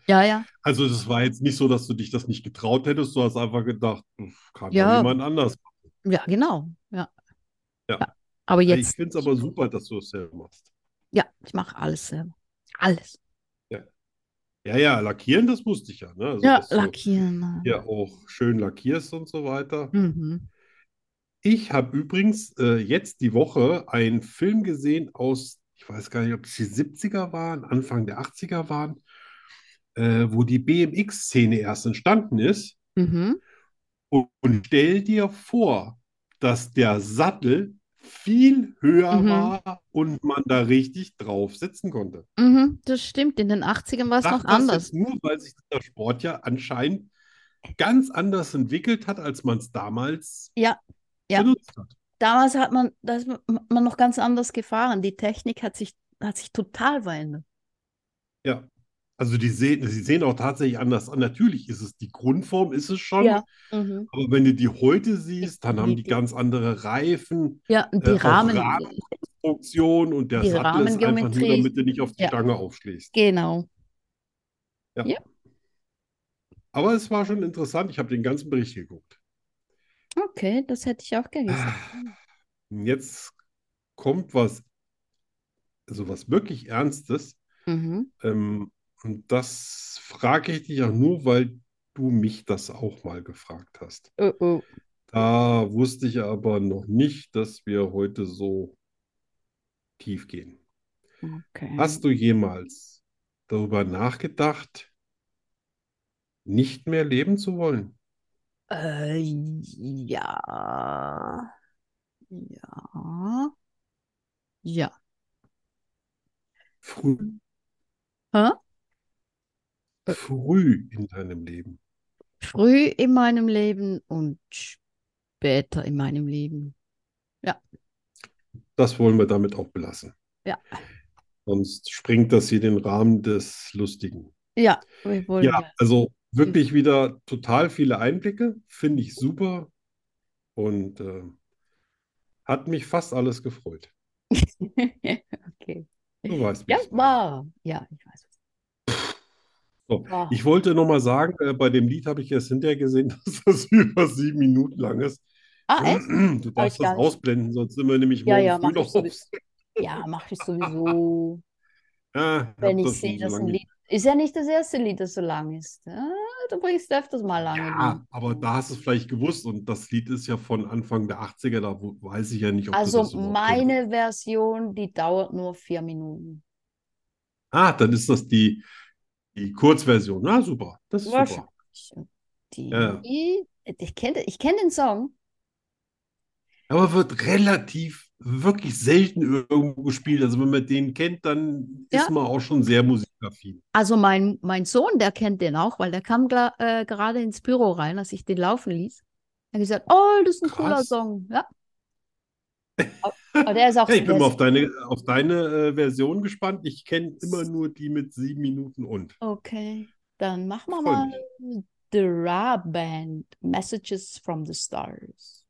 Ja, ja. Also das war jetzt nicht so, dass du dich das nicht getraut hättest, du hast einfach gedacht, pf, kann doch Ja, jemand anders. ja, genau. Ja, Ja. ja. Aber Ich jetzt, finde es aber super, dass du es selber machst. ja, ich mache alles selber. Alles. Ja. Ja, ja, lackieren, das wusste ich ja, ne? Also, Ja, dass du lackieren. ja auch schön lackierst und so weiter. Mhm. Ich habe übrigens äh, jetzt die Woche einen Film gesehen aus, ich weiß gar nicht, ob es die siebziger waren, Anfang der achtziger waren, äh, wo die B M X-Szene erst entstanden ist. Mhm. Und, und stell dir vor, dass der Sattel viel höher Mhm. war und man da richtig drauf sitzen konnte. Mhm. Das stimmt. In den Achtzigern war es noch Sag das anders. jetzt nur, weil sich dieser Sport ja anscheinend ganz anders entwickelt hat, als man es damals Ja, ja. benutzt hat. Damals hat man, da ist man noch ganz anders gefahren. Die Technik hat sich, hat sich total verändert. Ja. Also die sehen, sie sehen auch tatsächlich anders an. Natürlich ist es die Grundform, ist es schon. Ja. Mhm. Aber wenn du die heute Die, siehst, dann haben die, die die, ganz andere Reifen, ja, und äh, die auch Rahmen, Rahmenkonstruktion und der die Sattel ist einfach nur, Rahmengeometrie. damit du nicht auf die Ja, Stange aufschlägst. genau. Ja. Ja, Aber es war schon interessant. Ich habe den ganzen Bericht geguckt. okay, das hätte ich auch gerne gesehen. Jetzt kommt was, also was wirklich Ernstes. Mhm. Ähm, und das frage ich dich auch nur, weil du mich das auch mal gefragt hast. Oh, oh. Da wusste ich aber noch nicht, dass wir heute so tief gehen. Okay. Hast du jemals darüber nachgedacht, nicht mehr leben zu wollen? Äh, ja. Ja. Ja. Früh, Hä? Äh, früh in deinem Leben. Früh in meinem Leben und später in meinem Leben. Ja, Das wollen wir damit auch belassen. ja, Sonst springt das hier den Rahmen des Lustigen. ja, wir Ja, wollen ja. also wirklich wieder total viele Einblicke, finde ich super und äh, hat mich fast alles gefreut. Okay. Du weißt, wie Ja, ich es meine. wow. Ja, ich weiß. So, Wow. ich wollte noch mal sagen, äh, bei dem Lied habe ich erst hinterher gesehen, dass das über sieben Minuten lang ist. Ah, echt? Du Habe darfst ich das gar nicht. ausblenden, sonst sind wir nämlich Ja, morgen ja, früh mache ich noch sowieso. auf. Ja, mache ich sowieso. Ja, ich Wenn habe ich das sehe, schon so dass ein lange. Lied. Ist ja nicht das erste Lied, das so lang ist. Ah, du bringst öfters mal lange Lieder. Ja, aber da hast du es vielleicht gewusst und das Lied ist ja von Anfang der achtziger, da wo- weiß ich ja nicht, ob du Also das überhaupt kennst. meine Version, die dauert nur vier Minuten. Ah, dann ist das die, die Kurzversion. Na, super, das ist super. Wahrscheinlich. Und Ja, ja. die, ich kenne ich kenn den Song. Aber wird relativ, wirklich selten irgendwo gespielt. Also wenn man den kennt, dann ist Ja, man auch schon sehr musikaffin. also mein, mein Sohn, der kennt den auch, weil der kam gra- äh, gerade ins Büro rein, als ich den laufen ließ. Er hat gesagt, oh, das ist ein cooler Krass. Song. Ja, aber der ist auch, Ja, ich der bin mal ist, auf deine, auf deine äh, Version gespannt. Ich kenne immer nur die mit sieben Minuten und. okay. Dann machen wir Freue mal mich. The Ra Band, Messages from the Stars.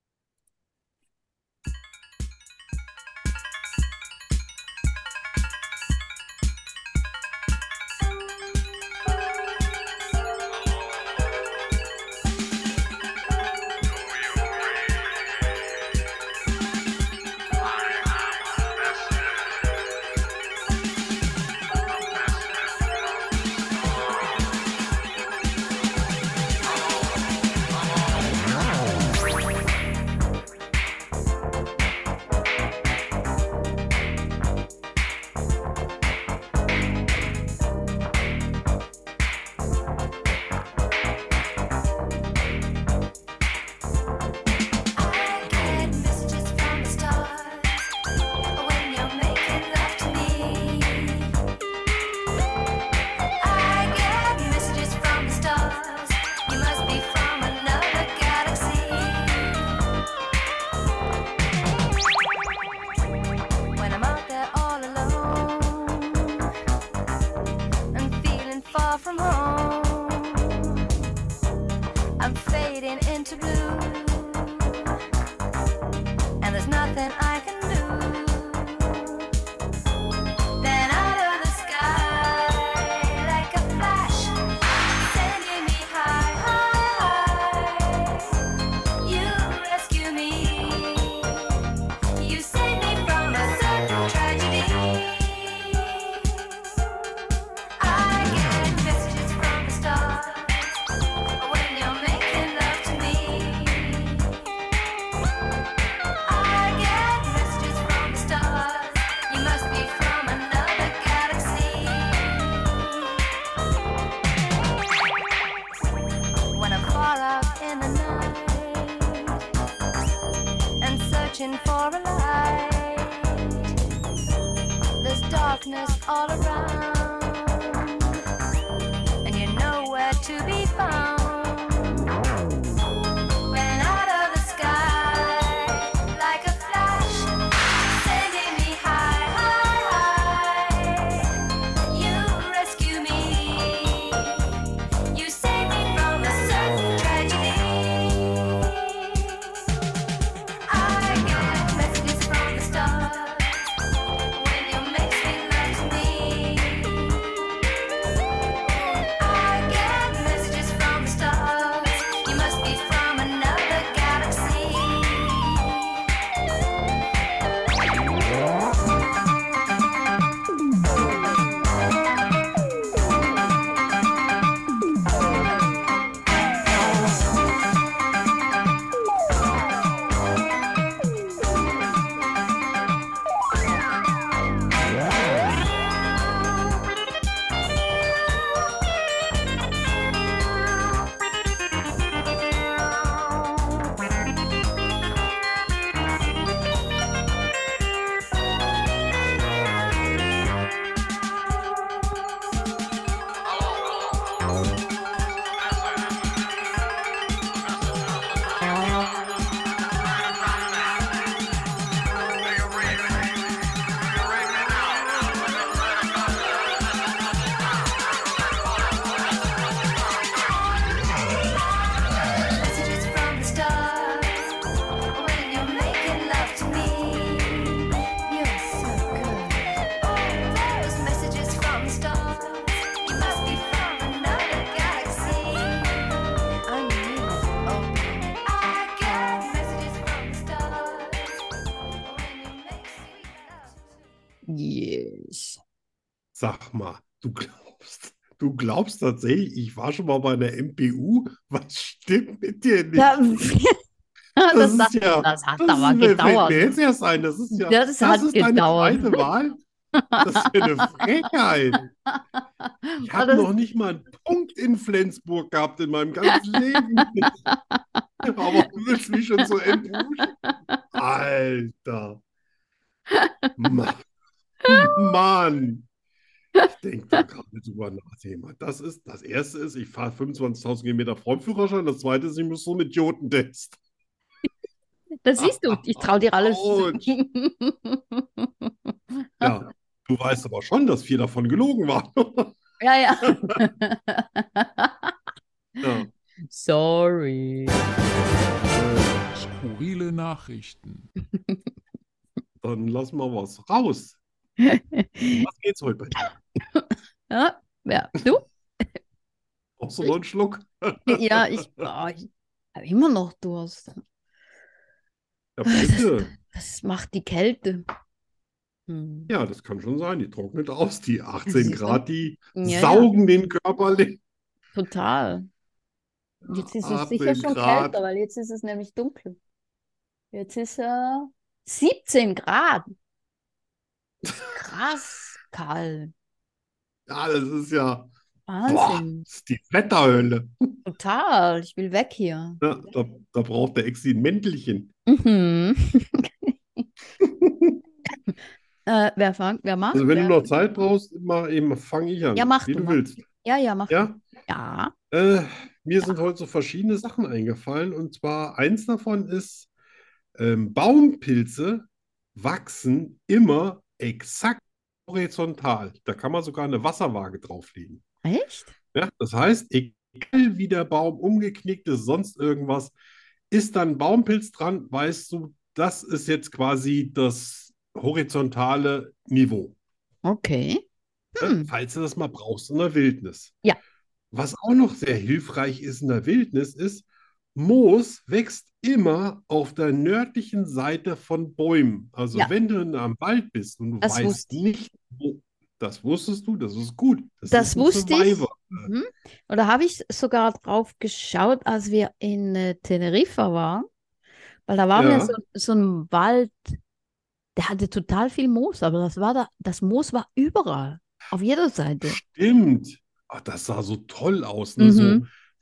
I get messages from the stars when you're making love to me. I get messages from the stars. You must be from another galaxy. When I'm out there all alone and feeling far from home, I'm fading into blue. And there's nothing I can do. Then out of the sky, like a flash in the night and searching for a light. There's darkness all around, and you're nowhere to be found. Ran out of the sky like a flash, sending me high, high, high. You rescue me, you save me from a certain tragedy. I get messages from the stars when you make sweet love to me. I get messages from the stars. You must be from another galaxy. Messages from the stars when you're making love to me. You're so good. There's messages from the stars. You must be from another galaxy. I knew it. Oh, I get messages from the stars when you make sweet love to me. Yes. Sag mal, du glaubst, du glaubst tatsächlich, ich war schon mal bei einer M P U? Was stimmt mit dir nicht? Ja, Das das, ist hat, ja, das hat das aber ist, fällt gedauert. mir jetzt erst ein, das ist ja, Das das hat ist deine gedauert. zweite Wahl? Das ist ja eine Frechheit. Ich Aber habe das, noch nicht mal einen Punkt in Flensburg gehabt in meinem ganzen Leben. Aber du willst mich schon zur M P U schicken? Alter. Ma- Mann. Ich denke da gerade drüber nach. Thema. Das ist, das erste ist, ich fahre fünfundzwanzigtausend Kilometer Formführerschein. Das zweite ist, ich muss so einen Idiotentest. das siehst du, ich traue dir alles. Autsch. Ja, du weißt aber schon, dass vier davon gelogen waren. Ja, ja. Ja. Sorry. Skurrile Nachrichten. Dann lass mal was raus. Was geht's heute bei dir? Ja, ja, du? Brauchst du noch einen Schluck? Ja, ich, oh, ich habe immer noch Durst. Ja, Das, bitte. das macht die Kälte. Hm. Ja, das kann schon sein. Die trocknet aus. Die achtzehn Siehst du? Grad, die Ja, ja, saugen den Körper leer. total. Jetzt ist es sicher achtzehn schon Grad. kälter, weil jetzt ist es nämlich dunkel. Jetzt ist äh, siebzehn Grad. Krass kalt. Ja, das ist ja, boah, Wahnsinn. das ist die Wetterhölle. Total. Ich will weg hier. Ja, da, da braucht der Exi ein Mäntelchen. Mhm. Äh, wer fängt? Wer macht? Also wenn du Wer? noch Zeit brauchst, mach eben, fange ich an, Ja, mach wie du, du mach. willst. Ja, ja, mach du. Ja? Ja. Äh, mir sind heute so verschiedene Sachen eingefallen. Und zwar eins davon ist, ähm, Baumpilze wachsen immer exakt horizontal. Da kann man sogar eine Wasserwaage drauflegen. Echt? Ja, das heißt, egal wie der Baum umgeknickt ist, sonst irgendwas, ist dann ein Baumpilz dran, weißt du, das ist jetzt quasi das horizontale Niveau, Okay. ne? Hm. Falls du das mal brauchst in der Wildnis. Ja. Was auch noch sehr hilfreich ist in der Wildnis, ist, Moos wächst immer auf der nördlichen Seite von Bäumen. Also Ja. wenn du in einem Wald bist und du Das weißt wusste ich. nicht, wo, das wusstest du, das ist gut. Das Das ist ein wusste ich. Survivor. Mhm. Oder habe ich sogar drauf geschaut, als wir in äh, Teneriffa waren, weil da waren wir Ja. so, so ein Wald, der hatte total viel Moos, aber das war da, das Moos war überall, auf jeder Seite. Stimmt. Ach, das sah so toll aus, ne? So Mhm.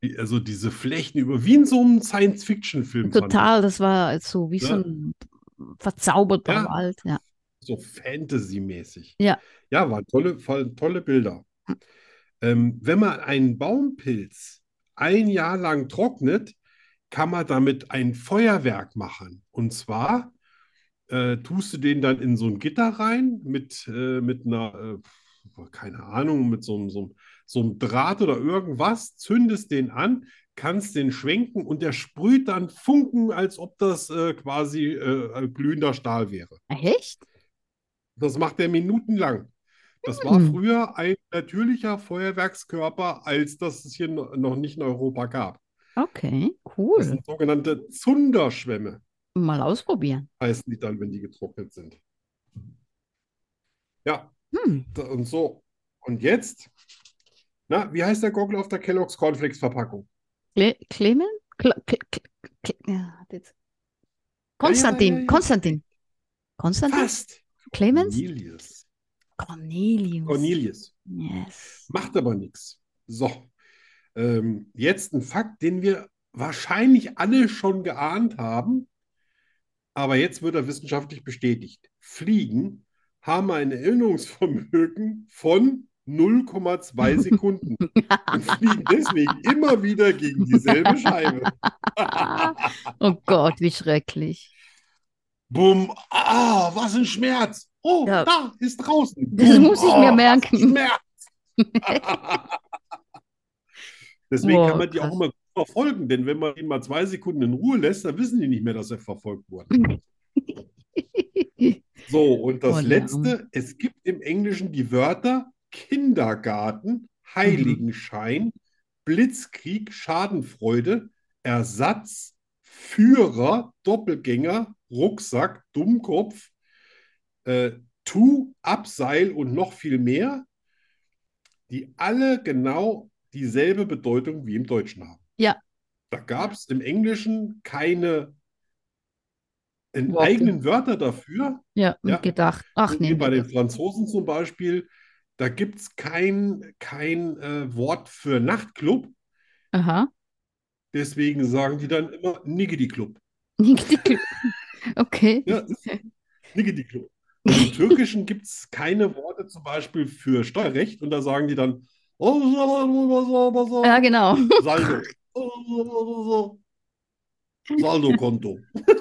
Die, also diese Flächen über, wie in so einem Science-Fiction-Film fand ich Total, das. das war so wie so Ne? ein verzauberter Ja, Wald. Ja. so Fantasy-mäßig. Ja. Ja, waren tolle, voll- tolle Bilder. Ähm, wenn man einen Baumpilz ein Jahr lang trocknet, kann man damit ein Feuerwerk machen. Und zwar äh, tust du den dann in so ein Gitter rein mit, äh, mit einer, äh, keine Ahnung, mit so, einem- so, einem- so einem Draht oder irgendwas, zündest den an, kannst den schwenken und der sprüht dann Funken, als ob das äh, quasi äh, glühender Stahl wäre. Echt? Das macht er minutenlang. Das war Hm. früher ein natürlicher Feuerwerkskörper, als das es hier no- noch nicht in Europa gab. Okay, Das cool. sind sogenannte Zunderschwämme, Mal ausprobieren. heißen die dann, wenn die getrocknet sind. Ja, Hm. da- und so. Und jetzt, na, wie heißt der Gockel auf der Kellogg's Cornflakes Verpackung? Cle Clement? Cle Cle Cle Cle ja, warte jetzt. Ja, ja, ja, Konstantin. ja. Konstantin. Konstantin? Fast. Clemens? Cornelius. Cornelius. Cornelius. Yes. Macht aber nichts. So, ähm, jetzt ein Fakt, den wir wahrscheinlich alle schon geahnt haben, aber jetzt wird er wissenschaftlich bestätigt. Fliegen haben ein Erinnerungsvermögen von null Komma zwei Sekunden und fliegen deswegen immer wieder gegen dieselbe Scheibe. Oh Gott, wie schrecklich. Bumm, ah, was ein Schmerz. Oh, Ja, da ist draußen. das Bumm, muss ich mir oh, was ein merken. Schmerz. Deswegen kann Boah, man die auch krass. immer gut verfolgen, denn wenn man die mal zwei Sekunden in Ruhe lässt, dann wissen die nicht mehr, dass sie verfolgt wurden. So, und das Oh, die Armen. Letzte, es gibt im Englischen die Wörter Kindergarten, Mhm. Heiligenschein, Blitzkrieg, Schadenfreude, Ersatz, Führer, Doppelgänger, Rucksack, Dummkopf, äh, Tu, Abseil und noch viel mehr, die alle genau dieselbe Bedeutung wie im Deutschen haben. Ja, Da gab es im Englischen keine äh, Worte. eigenen Wörter dafür. Ja, und Ja, gedacht, ach, so wie nehmen bei wir den das. Franzosen zum Beispiel, da gibt es kein, kein äh, Wort für Nachtclub. Aha. Deswegen sagen die dann immer Niggity Club. Okay. Ja, ist Niggity Club. Und im Türkischen gibt es keine Worte zum Beispiel für Steuerrecht und da sagen die dann Ja, genau. Saldo. Saldokonto.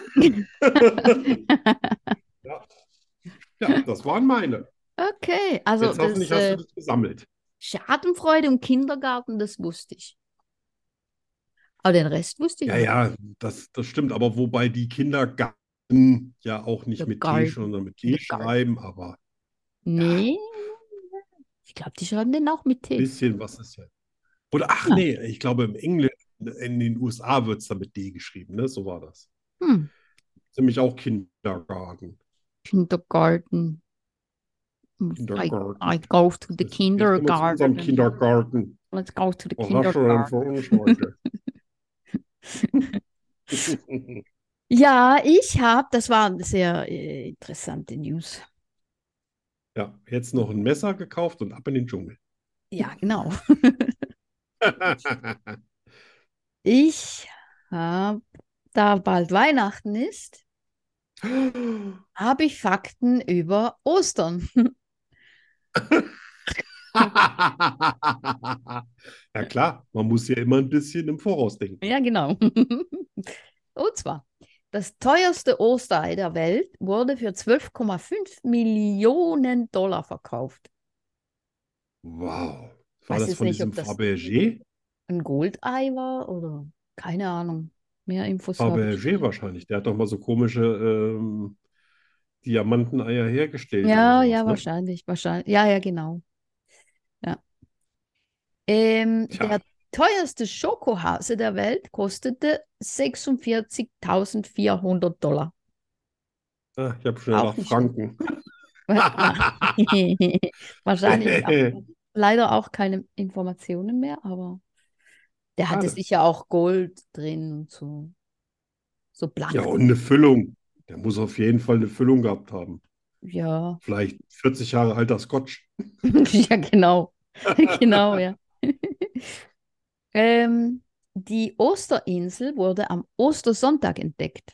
Ja. Ja, das waren meine. Okay, also Jetzt das hoffentlich hast äh, du das gesammelt. Schadenfreude im Kindergarten, das wusste ich. Aber den Rest wusste ich Ja, nicht. ja, das, das stimmt. Aber wobei die Kindergarten ja auch nicht mit T, Kindergarten, sondern mit D Kindergarten. schreiben, aber ja, Nee, ich glaube, die schreiben den auch mit ein T. bisschen was ist ja. Oder ach Ja. nee, ich glaube im Englischen, in den U S A wird es dann mit D geschrieben, ne? So war das. Hm. Nämlich auch Kindergarten. Kindergarten. I, Kindergarten. I go to the Jetzt, jetzt kommen wir zu unserem kindergarten. Kindergarten. Let's go to the Was hast du denn kindergarten. für uns heute? Ja, ich habe, das war eine sehr äh, interessante News. Ja, jetzt noch ein Messer gekauft und ab in den Dschungel. Ja, genau. Ich habe, da bald Weihnachten ist, habe ich Fakten über Ostern. Ja klar, man muss ja immer ein bisschen im Voraus denken. Ja, genau. Und zwar, das teuerste Osterei der Welt wurde für zwölf Komma fünf Millionen Dollar verkauft. Wow. War Weiß das jetzt von nicht, diesem ob das Fabergé? ein Goldei war oder keine Ahnung. Mehr Infos habe ich Fabergé nicht. wahrscheinlich. Der hat doch mal so komische ähm, Diamanteneier hergestellt Ja, oder ja, sowas, ne? wahrscheinlich, wahrscheinlich. Ja, ja, genau. Ja. Ähm, Tja, der teuerste Schokohase der Welt kostete sechsundvierzigtausendvierhundert Dollar. ah, ich habe schon Auch gedacht, nicht schlecht. Franken. Wahrscheinlich auch, leider auch keine Informationen mehr, aber der hatte Schade. sicher auch Gold drin und so, so Ja, blank. und eine Füllung. Der muss auf jeden Fall eine Füllung gehabt haben. Ja, Vielleicht vierzig Jahre alter Scotch. ja, genau. Genau, ja. Ähm, die Osterinsel wurde am Ostersonntag entdeckt.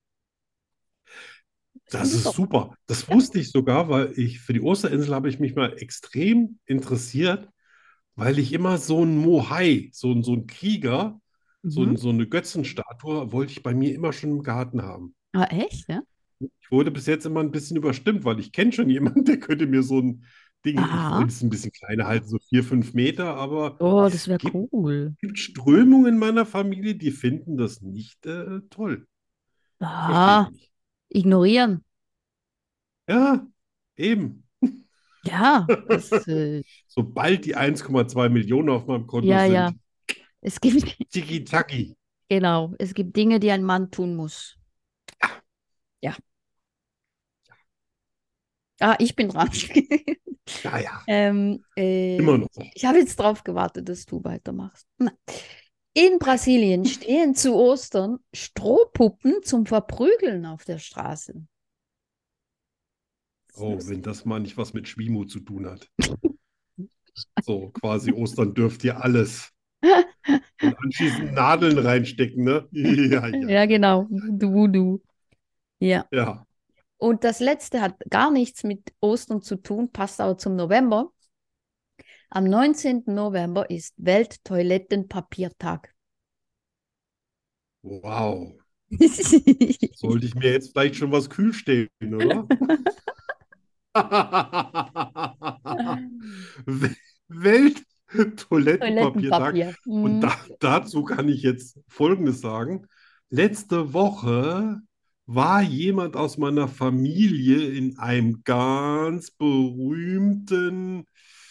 Das finde ich ist doch. super. Das Ja. wusste ich sogar, weil ich für die Osterinsel habe ich mich mal extrem interessiert, weil ich immer so ein Mohai, so ein, so ein Krieger, so, Mhm. ein, so eine Götzenstatue, wollte ich bei mir immer schon im Garten haben. Ah, echt, ja? Ich wurde bis jetzt immer ein bisschen überstimmt, weil ich kenne schon jemanden, der könnte mir so ein Ding, ich Aha. wollte es ein bisschen kleiner halten, so vier, fünf Meter, aber Oh, das es wäre gibt, cool. gibt Strömungen in meiner Familie, die finden das nicht äh, toll. Verstehe ich Ah, nicht. ignorieren. Ja, eben. Ja, das, äh, Sobald die eins Komma zwei Millionen auf meinem Konto ja, ja. sind, Es gibt, tiki-taki. genau, es gibt Dinge, die ein Mann tun muss. Ja. Ah, ich bin dran. Ja, ja, Ähm, äh, immer noch. ich habe jetzt drauf gewartet, dass du weitermachst. Na. In Brasilien stehen zu Ostern Strohpuppen zum Verprügeln auf der Straße. Das ist Oh, wenn lustig. das mal nicht was mit Schwimo zu tun hat. So, quasi Ostern dürft ihr alles. Und anschließend Nadeln reinstecken, ne? Ja, ja, Ja, ja, genau. ja, Du, du. Ja. ja. Und das letzte hat gar nichts mit Ostern zu tun, passt aber zum November. Am neunzehnten November ist Welttoilettenpapiertag. Wow. Sollte ich mir jetzt vielleicht schon was kühl stellen, oder? Welttoilettenpapiertag. Toilettenpapier. Und Mhm. da, dazu kann ich jetzt Folgendes sagen. Letzte Woche war jemand aus meiner Familie in einem ganz berühmten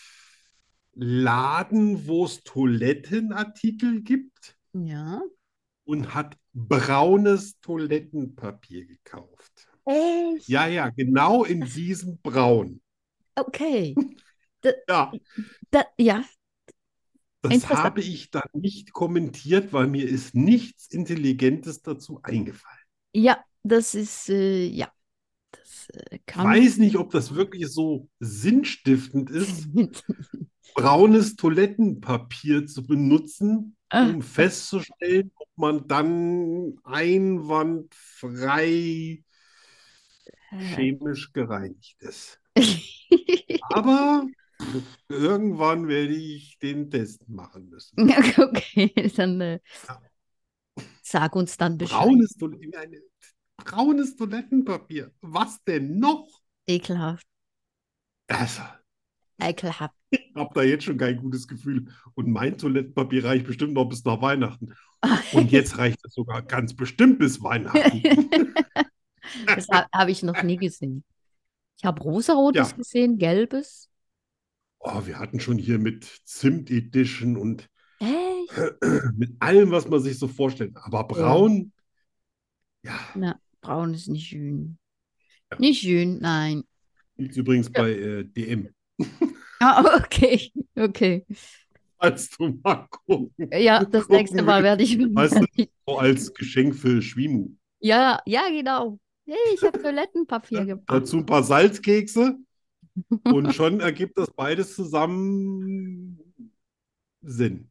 Laden, wo es Toilettenartikel gibt Ja. und hat braunes Toilettenpapier gekauft. Echt? Ja, ja, genau in diesem Braun. Okay. Da, Ja, da, ja, das interessant. habe ich dann nicht kommentiert, weil mir ist nichts Intelligentes dazu eingefallen. Ja, das ist, äh, ja, das äh, Ich kann. weiß nicht, ob das wirklich so sinnstiftend ist, braunes Toilettenpapier zu benutzen, Ah. um festzustellen, ob man dann einwandfrei Äh. chemisch gereinigt ist. Aber irgendwann werde ich den Test machen müssen. Okay, dann äh, Ja. sag uns dann Bescheid. Braunes, Toil- eine, braunes Toilettenpapier. Was denn noch? Ekelhaft, Also, ekelhaft. ich habe da jetzt schon kein gutes Gefühl. Und mein Toilettenpapier reicht bestimmt noch bis nach Weihnachten. Und jetzt reicht es sogar ganz bestimmt bis Weihnachten. Das ha habe ich noch nie gesehen. Ich habe rosarotes Ja, gesehen, gelbes. oh, wir hatten schon hier mit Zimt Edition und Echt? mit allem, was man sich so vorstellt. Aber Ja. braun, ja, Na, braun ist nicht schön. ja. Nicht schön, nein. Gibt's übrigens Ja. bei äh, D M. Ah, okay, okay. Als du mal gucken, Ja, das nächste gucken Mal willst. werde ich. Weißt du, so als Geschenk für Schwimu. Ja, ja, genau. Hey, ich habe Toilettenpapier Ja, gebracht. dazu ein paar Salzkekse und schon ergibt das beides zusammen Sinn.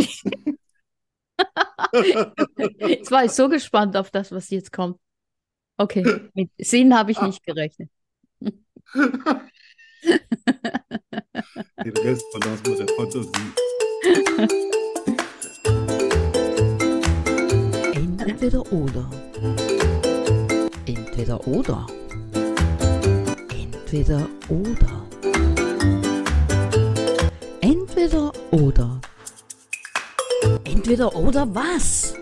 Jetzt war ich so gespannt auf das, was jetzt kommt. Okay, mit Sinn habe ich nicht gerechnet. Den Rest verlassen wir der Fantasie. Entweder oder. Entweder oder. Entweder oder. Entweder oder. Entweder oder was?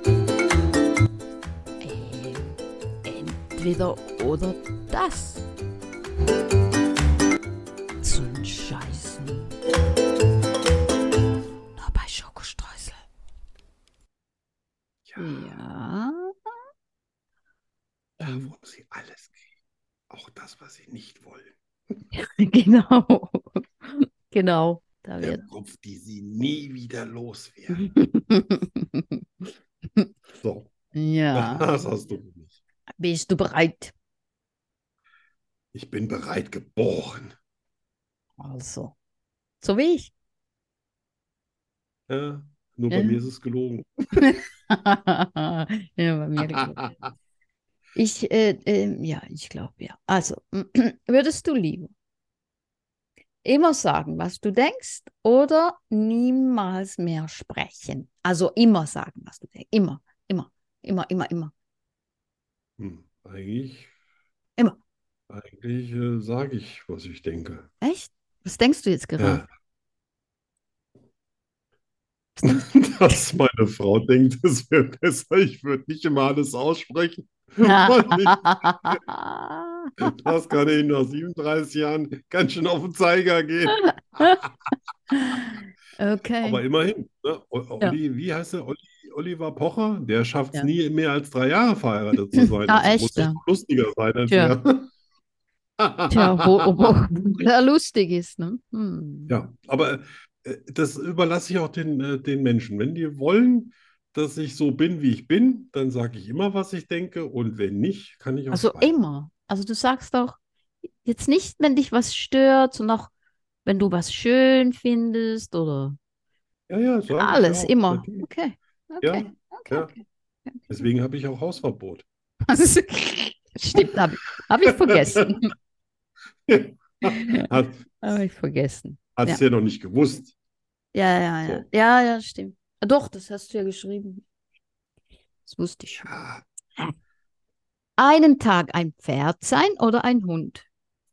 Ähm, entweder oder das. Zum Scheißen. Nur bei Schokostreusel. Ja, Ja. da Ähm, wo sie alles kriegen. Auch das, was sie nicht wollen. genau. Genau. Da Der wird. Kopf, die sie nie wieder los werden. So, Ja. was hast du für mich? Bist du bereit? Ich bin bereit geboren. Also. So wie ich. Ja, Nur bei Ja. mir ist es gelogen. Ja, bei mir gelogen. Ich, äh, ähm, ja, ich glaube, ja. Also, würdest du lieber immer sagen, was du denkst oder niemals mehr sprechen? Also immer sagen, was du denkst. Immer, immer, immer, immer, immer, Hm, eigentlich, immer. eigentlich äh, sage ich, was ich denke. Echt? Was denkst du jetzt gerade? Ja, Was denkst dass meine Frau denkt, es wäre besser, ich würde nicht immer alles aussprechen, du? weil ich, das kann ich nach siebenunddreißig Jahren ganz schön auf den Zeiger gehen. Okay. Aber immerhin, ne? O- Ja. Olli, wie heißt der? Olli, Oliver Pocher, der schafft es Ja. nie mehr als drei Jahre verheiratet zu sein. Ah, Also muss echt, es ja. doch lustiger sein als Tja, er. tja, wo, wo, wo er lustig ist, ne? Hm. Ja, aber äh, das überlasse ich auch den, äh, den Menschen. Wenn die wollen, dass ich so bin, wie ich bin, dann sage ich immer, was ich denke. Und wenn nicht, kann ich auch Also schweigen. immer. Also du sagst auch jetzt nicht, wenn dich was stört, sondern auch, wenn du was schön findest oder Ja, ja, sage ich alles, auch. immer. Natürlich. Okay, Ja, okay, okay, ja. okay. Okay, okay. Deswegen habe ich auch Hausverbot. Also, stimmt, habe hab ich vergessen. Hat, Habe ich vergessen. hast Ja, du ja noch nicht gewusst. ja, ja, ja. So. Ja, ja, stimmt. Ah, doch, das hast du ja geschrieben. Das wusste ich schon. Ja, Einen Tag ein Pferd sein oder ein Hund?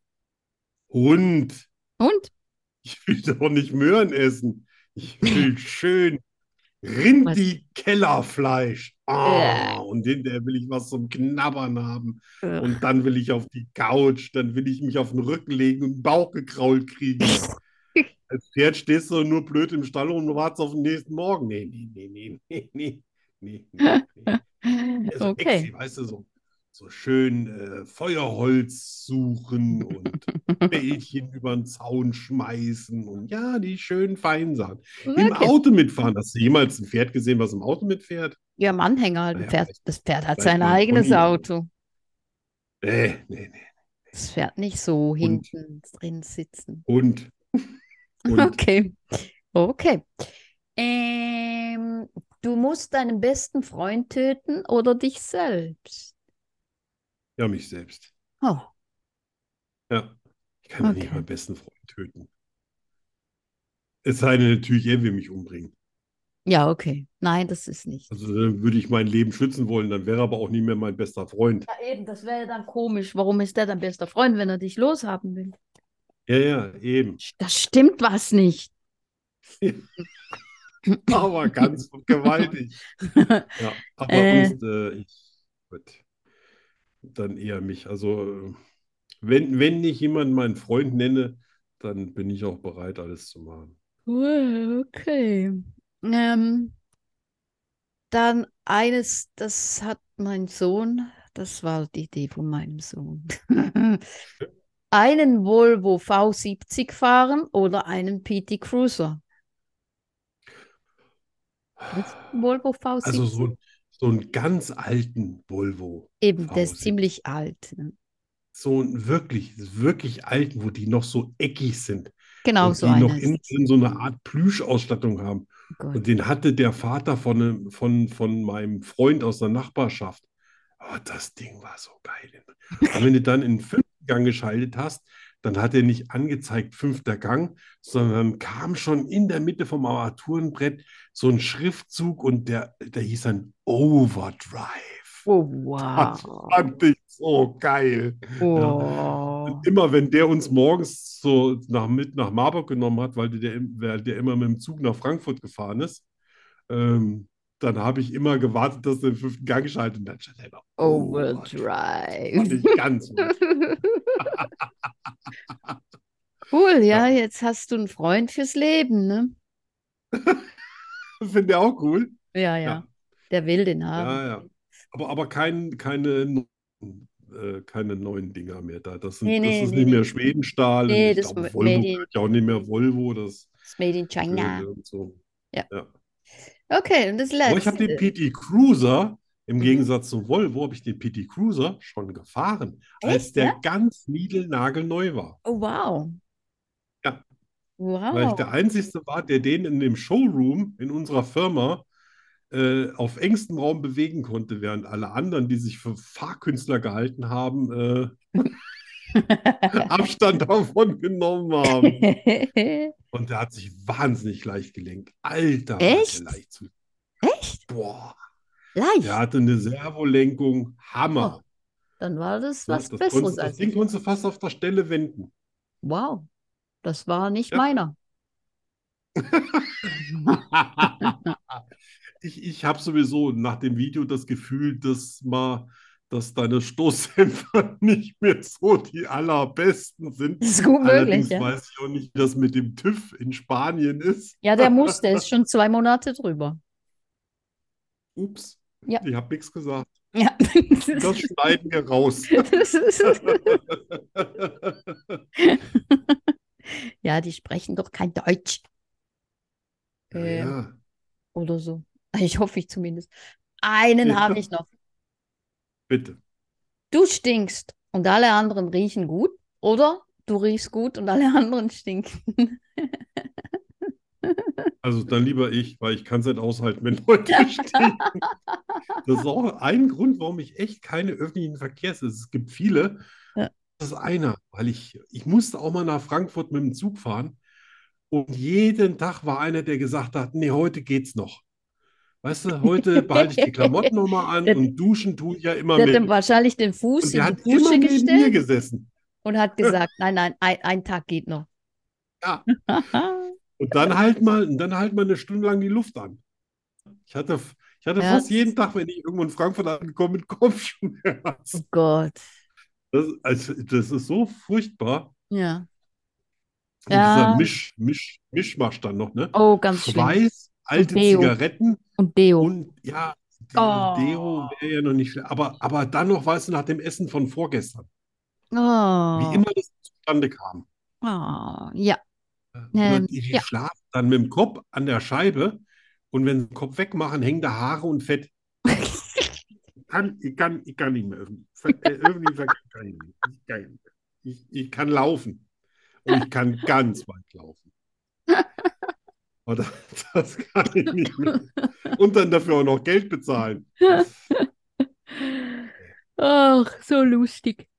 Hund. Hund? Ich will doch nicht Möhren essen. Ich will schön Was? Rindi-Kellerfleisch. Äh, Ah, und hinterher will ich was zum Knabbern haben. ugh. Und dann will ich auf die Couch. Dann will ich mich auf den Rücken legen und den Bauch gekrault kriegen. Als Pferd stehst du nur blöd im Stall und wartest auf den nächsten Morgen. Nee, nee, nee, nee, nee, nee, nee, nee, nee. Ja, so Okay. Exi, weißt du, so, so schön äh, Feuerholz suchen und Bällchen über den Zaun schmeißen und ja, die schönen Feinsachen. Im Okay. Auto mitfahren. Hast du jemals ein Pferd gesehen, was im Auto mitfährt? Ja, im Anhänger halt. Ein Naja, Pferd. vielleicht, Das Pferd hat vielleicht sein mal ein eigenes Pony. aber- Auto. Nee, nee, nee. Das Pferd nicht so Und, hinten drin sitzen. und, und. Okay. Okay. Ähm, du musst deinen besten Freund töten oder dich selbst? Ja, mich selbst. Oh, Ja. Ich kann doch nicht okay. meinen besten Freund töten. Es sei denn, natürlich, er will mich umbringen. Ja, okay. Nein, das ist nicht. Also dann würde ich mein Leben schützen wollen, dann wäre er aber auch nie mehr mein bester Freund. Ja, eben, das wäre dann komisch. Warum ist der dein bester Freund, wenn er dich loshaben will? Ja, ja, eben. Da stimmt was nicht. Aber ganz gewaltig. Ja, aber Äh, sonst, äh, ich würde dann eher mich. Also, äh, wenn, wenn ich jemanden meinen Freund nenne, dann bin ich auch bereit, alles zu machen. cool, okay. Ähm, dann eines, das hat mein Sohn, das war die Idee von meinem Sohn. Einen Volvo V siebzig fahren oder einen P T Cruiser? Kennst du den Volvo Also V siebzig? so, so einen ganz alten Volvo Eben, der ist V siebzig. ziemlich alt. Ne? So einen wirklich, wirklich alten, wo die noch so eckig sind Genau und so die noch einer ist innen es. drin so eine Art Plüschausstattung haben. Oh Gott. Und den hatte der Vater von, einem- von, von meinem Freund aus der Nachbarschaft. Oh, das Ding war so geil. Und wenn du dann in den fünften Gang geschaltet hast, dann hat er nicht angezeigt fünfter Gang, sondern kam schon in der Mitte vom Armaturenbrett so ein Schriftzug und der, der hieß dann Overdrive. Oh, Das wow. fand ich so geil. Ja. Und Oh. immer wenn der uns morgens so nach, mit nach Marburg genommen hat, weil der, weil der immer mit dem Zug nach Frankfurt gefahren ist, ähm, dann habe ich immer gewartet, dass er den fünften Gang schaltet. Und dann stand er immer, Overdrive. Das fand Overdrive. ich ganz lustig. Cool, ja, Ja, jetzt hast du einen Freund fürs Leben, ne? finde ich auch cool. Ja, ja, Ja, der will den haben. ja, ja. Aber, aber kein, keine, neuen, äh, keine neuen Dinger mehr da. Das Nee, sind, das nee, ist nee, nicht mehr nee. Schwedenstahl und Nee, ich das glaube, ma- Volvo made in, gehört ja auch nicht mehr Volvo, das das made in gehört China. irgend so. Ja. Ja. Okay, und das Aber ich habe den letzte. P T Cruiser, im Mhm. Gegensatz zum Volvo, habe ich den P T Cruiser schon gefahren, als Echt, der ja? ganz niegelnagelneu war. Oh, wow. Ja, weil ich der Wow. Einzige war, der den in dem Showroom in unserer Firma äh, auf engstem Raum bewegen konnte, während alle anderen, die sich für Fahrkünstler gehalten haben, äh, Abstand davon genommen haben. Und der hat sich wahnsinnig leicht gelenkt. Alter, war der Echt? leicht zu. Echt? Boah, der Leicht. hatte eine Servolenkung, Oh, Hammer. dann war das Ne? was Das, konntest, Besseres das als Ding ich. konntest du fast auf der Stelle wenden. Wow, das war nicht Ja. meiner. Ich, ich habe sowieso nach dem Video das Gefühl, dass mal, dass deine Stoßdämpfer nicht mehr so die allerbesten sind. Das ist gut möglich, Allerdings ja. weiß ich auch nicht, wie das mit dem TÜV in Spanien ist. Ja, der musste, ist schon zwei Monate drüber. Ups, Ja. ich habe nichts gesagt. Ja. Das schneiden wir raus. Ja, die sprechen doch kein Deutsch. Ja, Äh, ja. oder so. Ich hoffe ich zumindest. Einen habe Ja, ich noch. bitte. Du stinkst und alle anderen riechen gut, oder du riechst gut und alle anderen stinken. Also dann lieber ich, weil ich kann es nicht aushalten, wenn Leute stinken. Das ist auch ein Grund, warum ich echt keine öffentlichen Verkehrs. Es gibt viele. Ja. Das ist einer, weil ich, ich musste auch mal nach Frankfurt mit dem Zug fahren und jeden Tag war einer, der gesagt hat, nee, heute geht's noch. Weißt du, heute behalte ich die Klamotten nochmal an Der, und duschen tue ich ja immer der hat dann mit. wahrscheinlich den Fuß Und in der die hat immer Dusche neben mir gestellt gesessen. und hat gesagt, nein, nein, ein, ein Tag geht noch. Ja. Und dann halt mal, und dann halt mal eine Stunde lang die Luft an. Ich hatte, ich hatte Ja, fast jeden Tag, wenn ich irgendwo in Frankfurt angekommen bin, oh Kopfschmerzen. Gott. Das, also, das ist so furchtbar. Ja. Und dieser Ja. Misch, Misch, Mischmasch dann noch, ne? Oh, ganz schlimm. Schweiß, Und alte Deo. Zigaretten Und Deo. und ja, Oh. Deo wäre ja noch nicht schlecht. Aber, aber dann noch, weißt du, nach dem Essen von vorgestern, wie Oh. immer das zustande kam. Oh. Ja. Oder Ähm, die, die ja. schlafen dann mit dem Kopf an der Scheibe und wenn sie den Kopf wegmachen, hängen da Haare und Fett. Ich kann, ich kann, ich kann nicht mehr öffnen. Äh, öffentlichen Verkehr kann ich nicht. Ich kann, ich, ich kann laufen. Und ich kann ganz weit laufen. Aber das, das kann ich nicht mehr. Und dann dafür auch noch Geld bezahlen. Ach, so lustig.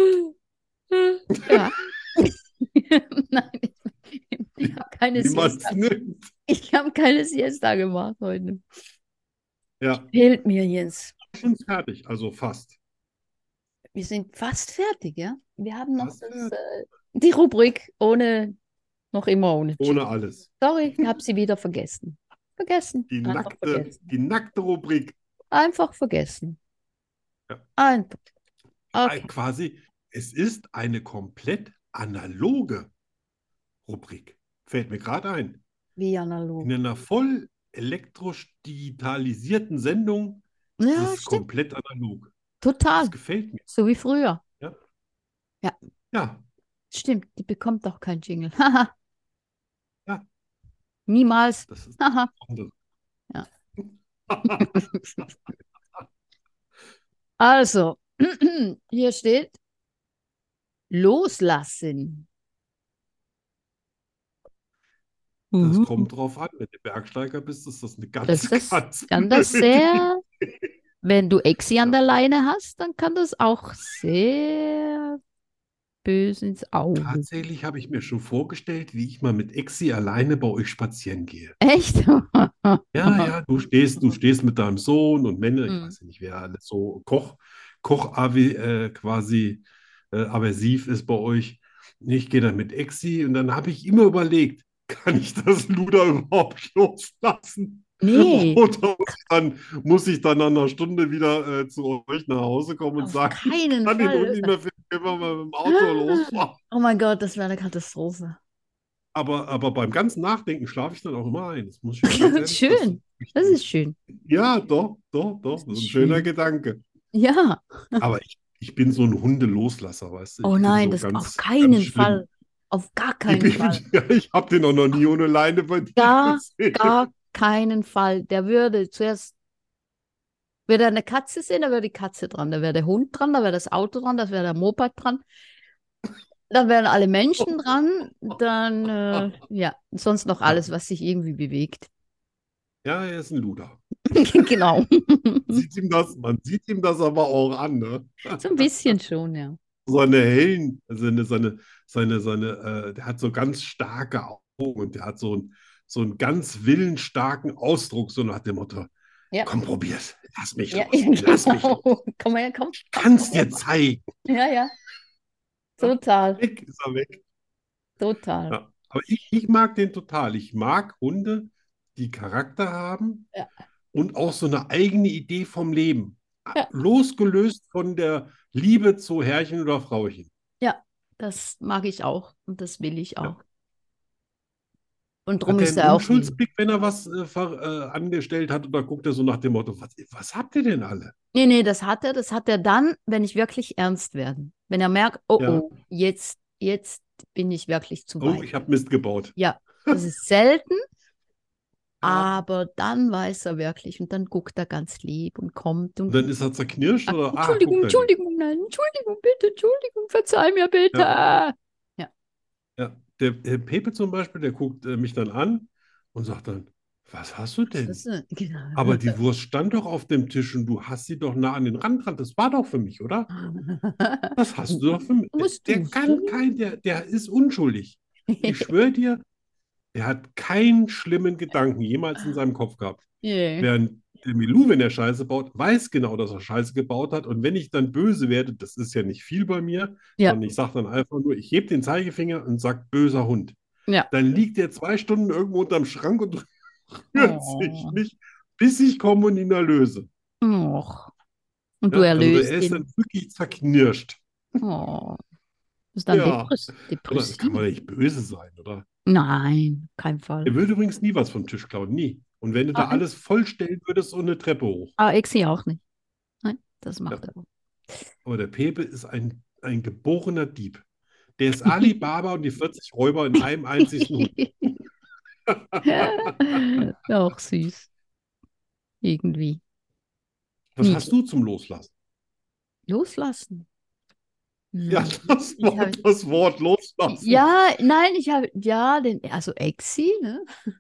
Ja. Nein, ich habe keine Wie man es Siesta. nimmt. Ich habe keine Siesta gemacht heute. Ja, Fehlt mir jetzt. schon fertig, also fast. Wir sind fast fertig, ja? Wir haben noch Fast das, fertig. äh, die Rubrik ohne, noch immer ohne Jingle. Ohne alles. Sorry, ich habe sie wieder vergessen. Vergessen. Die Einfach nackte, vergessen. die nackte Rubrik. Einfach vergessen. Ja. Einfach. Äh, Okay. Quasi, es ist eine komplett analoge Rubrik. Fällt mir gerade ein. Wie analog. In einer voll elektrisch digitalisierten Sendung ist Ja, es stimmt. komplett analog. Total. Das gefällt mir. So wie früher. Ja. Ja. Ja, Stimmt. Die bekommt auch keinen Jingle. Haha. ja, Niemals. das ist Haha. das andere. Ja. Also, hier steht loslassen. Das Mhm. kommt drauf an. Wenn du Bergsteiger bist, ist das eine Das, ganz, das ganz kann das blöde sehr, wenn du Exi an Ja. der Leine hast, dann kann das auch sehr böse ins Auge. Tatsächlich habe ich mir schon vorgestellt, wie ich mal mit Exi alleine bei euch spazieren gehe. Echt? Ja, ja, du stehst, du stehst mit deinem Sohn und Männer, ich Hm. weiß ja nicht, wer alles so Koch, Koch äh, quasi äh, aversiv ist bei euch. Ich gehe dann mit Exi und dann habe ich immer überlegt, kann ich das Luder überhaupt loslassen? Nee, Oder muss ich dann, muss ich dann nach einer Stunde wieder äh, zu euch nach Hause kommen und auf sagen, ich keinen kann den Fall. Hund nicht mehr finden, können wir mal mit dem Auto losfahren. Oh mein Gott, das wäre eine Katastrophe. Aber, aber beim ganzen Nachdenken schlafe ich dann auch immer ein. Das muss ich ganz ehrlich Schön. sagen. Das ist schön. Ja, doch, doch, doch. Das Das ist ist ein schöner schön. Gedanke. Ja. Aber ich, ich bin so ein Hundeloslasser, weißt du? Oh Ich bin nein, so das auf ganz, keinen ganz schlimm. Fall. Auf gar Ich, keinen bin, Fall. ja, ich habe den auch noch nie ohne Leine bei dir Gar, gesehen. gar keinen Fall. Der würde zuerst, würde er eine Katze sehen, da wäre die Katze dran. Da wäre der Hund dran, da wäre das Auto dran, da wäre der Moped dran. dann wären alle Menschen dran, dann äh, ja, sonst noch Ja, alles, was sich irgendwie bewegt. ja, er ist ein Luder. Genau. Sieht ihm das, man sieht ihm das aber auch an, ne? So ein bisschen schon, ja. Seine hellen, seine, seine, seine, seine, äh, der hat so ganz starke Augen und der hat so, ein, so einen ganz willensstarken Ausdruck, so nach dem Motto, Ja, komm, probier's, lass mich ja, los, lass mich los. genau. Komm her, komm, komm, Kann's probier dir mal. zeigen. Ja, ja, Ja, total, weg ist er weg. total. Ja. Aber ich, ich mag den total. Ich mag Hunde, die Charakter haben Ja, und auch so eine eigene Idee vom Leben. ja, Losgelöst von der Liebe zu Herrchen oder Frauchen. ja, das mag ich auch und das will ich Ja. auch. Und drum Hat er ist einen er auch lieb. Unschuldsblick, wenn er was äh, ver, äh, angestellt hat, oder guckt er so nach dem Motto, was, was habt ihr denn alle? Nee, nee, das hat er, das hat er dann, wenn ich wirklich ernst werde. Wenn er merkt, oh, Ja, oh, jetzt, jetzt bin ich wirklich zu oh, weit. ich habe Mist gebaut. Ja, das ist selten, Ja. aber dann weiß er wirklich und dann guckt er ganz lieb und kommt Und und dann ist er zerknirscht sagt, oder, ah, Entschuldigung, guck da nicht. Entschuldigung, nein, Entschuldigung, bitte, Entschuldigung, verzeih mir bitte. Ja, Ja, ja. Der, der Pepe zum Beispiel, der guckt äh, mich dann an und sagt dann, was hast du was denn? ist denn? Genau. Aber die Wurst stand doch auf dem Tisch und du hast sie doch nah an den Rand dran. Das war doch für mich, oder? Das hast du doch für mich. Der, Musst der du kann so? kein, der, der ist unschuldig. Ich schwöre dir, er hat keinen schlimmen Gedanken jemals in seinem Kopf gehabt. Yeah. Während der Milou, wenn er Scheiße baut, weiß genau, dass er Scheiße gebaut hat. Und wenn ich dann böse werde, das ist ja nicht viel bei mir, Ja, sondern ich sage dann einfach nur, ich hebe den Zeigefinger und sage, böser Hund. ja. Dann liegt er zwei Stunden irgendwo unterm Schrank und rührt sich Oh. nicht, bis ich komme und ihn erlöse. Och. Und du Ja, also der, erlöst er ist dann ihn. wirklich zerknirscht. Oh. Das ist dann Ja, depress oder das kann man depressiv. nicht böse sein, oder? Nein, kein Fall. Er würde übrigens nie was vom Tisch klauen, nie. Und wenn du Ah, da alles vollstellen würdest und eine Treppe hoch. ah, Exi auch nicht. Nein, das Ja, macht er auch. aber der Pepe ist ein, ein geborener Dieb. Der ist Alibaba und die vierzig Räuber in einem einzigen Hund. Auch süß. Irgendwie. Was hast Niedlich. du zum Loslassen? Loslassen. Ja, Hm. das Ich habe, Wort, das Wort loslassen. ja, nein, ich habe, ja, den, also Exi, ne?